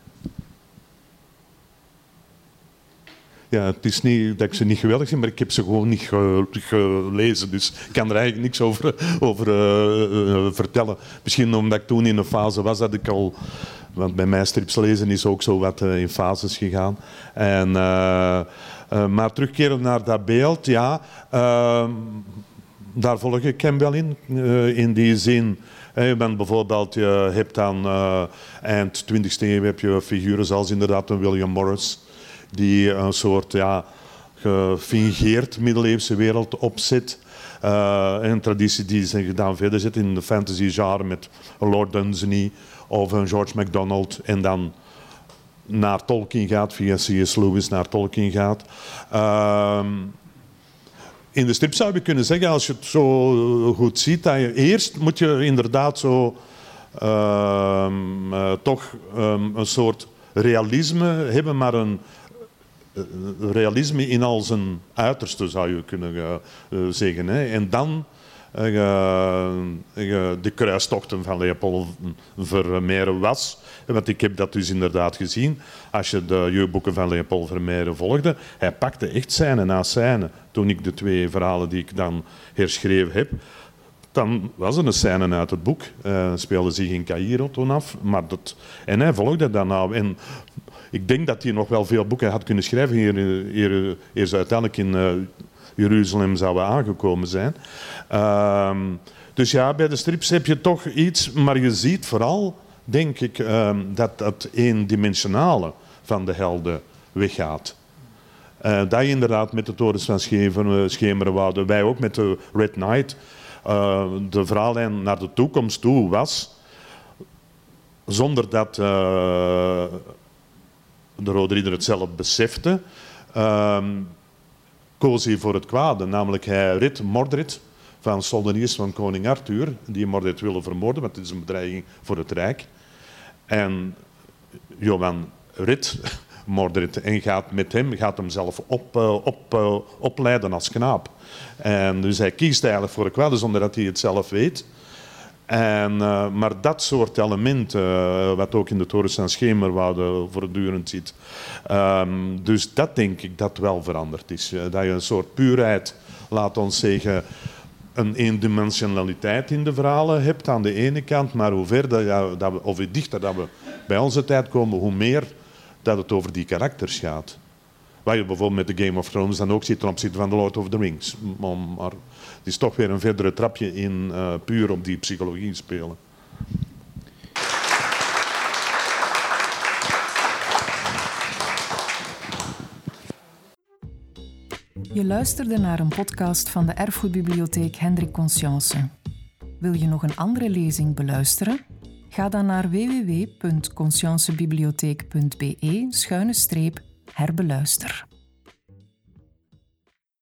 Ja, het is niet dat ik ze niet geweldig vind, maar ik heb ze gewoon niet ge- gelezen. Dus ik kan er eigenlijk niks over, over uh, uh, vertellen. Misschien omdat ik toen in een fase was dat ik al... Want bij mij strips lezen is ook zo wat uh, in fases gegaan. En, uh, uh, maar terugkeren naar dat beeld, ja... Uh, daar volg ik hem wel in, uh, in die zin. Je bent bijvoorbeeld, je hebt dan uh, eind twintigste eeuw heb je figuren zoals inderdaad een William Morris, die een soort ja, gefingeerd middeleeuwse wereld opzet. Uh, een traditie die zich dan verder zit in de fantasy genre met Lord Dunsany of een George MacDonald. En dan naar Tolkien gaat, via C S Lewis naar Tolkien gaat. Uh, in de strip zou je kunnen zeggen, als je het zo goed ziet, dat je eerst moet je inderdaad zo uh, uh, toch um, een soort realisme hebben, maar een uh, realisme in al zijn uiterste zou je kunnen uh, uh, zeggen. Hè. En dan uh, uh, de kruistochten van Leopold Vermeer was. Want ik heb dat dus inderdaad gezien. Als je de jeugdboeken van Leopold Vermeer volgde, hij pakte echt scène na scène. Toen ik de twee verhalen die ik dan herschreven heb, dan was er een scène uit het boek. Uh, speelde zich in Caïro toen af. Maar dat, en hij volgde dat nou. En ik denk dat hij nog wel veel boeken had kunnen schrijven hier, hier, hier ze uiteindelijk in uh, Jeruzalem zouden aangekomen zijn. Uh, dus ja, bij de strips heb je toch iets, maar je ziet vooral, denk ik, uh, dat het eendimensionale van de helden weggaat. Uh, dat je inderdaad met de torens van Schemeren wouden, wij ook met de Red Knight, uh, de verhaallijn naar de toekomst toe was, zonder dat uh, de Rode Ridder het zelf besefte, uh, koos hij voor het kwade. Namelijk hij redt Mordred van soldeniers van koning Arthur, die Mordred willen vermoorden, want het is een bedreiging voor het Rijk. En Johan redt Mordred en gaat met hem, gaat hem zelf op, uh, op, uh, opleiden als knaap. En dus hij kiest eigenlijk voor het kwade zonder dat hij het zelf weet. En, uh, maar dat soort elementen, uh, wat ook in de torens van Schemerwoude voortdurend ziet. Um, dus dat denk ik dat wel veranderd is. Uh, dat je een soort puurheid, laat ons zeggen, een eendimensionaliteit in de verhalen hebt aan de ene kant, maar hoe verder dat we, of hoe dichter dat we bij onze tijd komen, hoe meer dat het over die karakters gaat. Wat je bijvoorbeeld met de Game of Thrones dan ook ziet ten opzichte van The Lord of the Rings. Maar het is toch weer een verdere trapje in uh, puur op die psychologie spelen. Je luisterde naar een podcast van de Erfgoedbibliotheek Hendrik Conscience. Wil je nog een andere lezing beluisteren? Ga dan naar w w w punt consciencebibliotheek punt b e schuine streep herbeluister.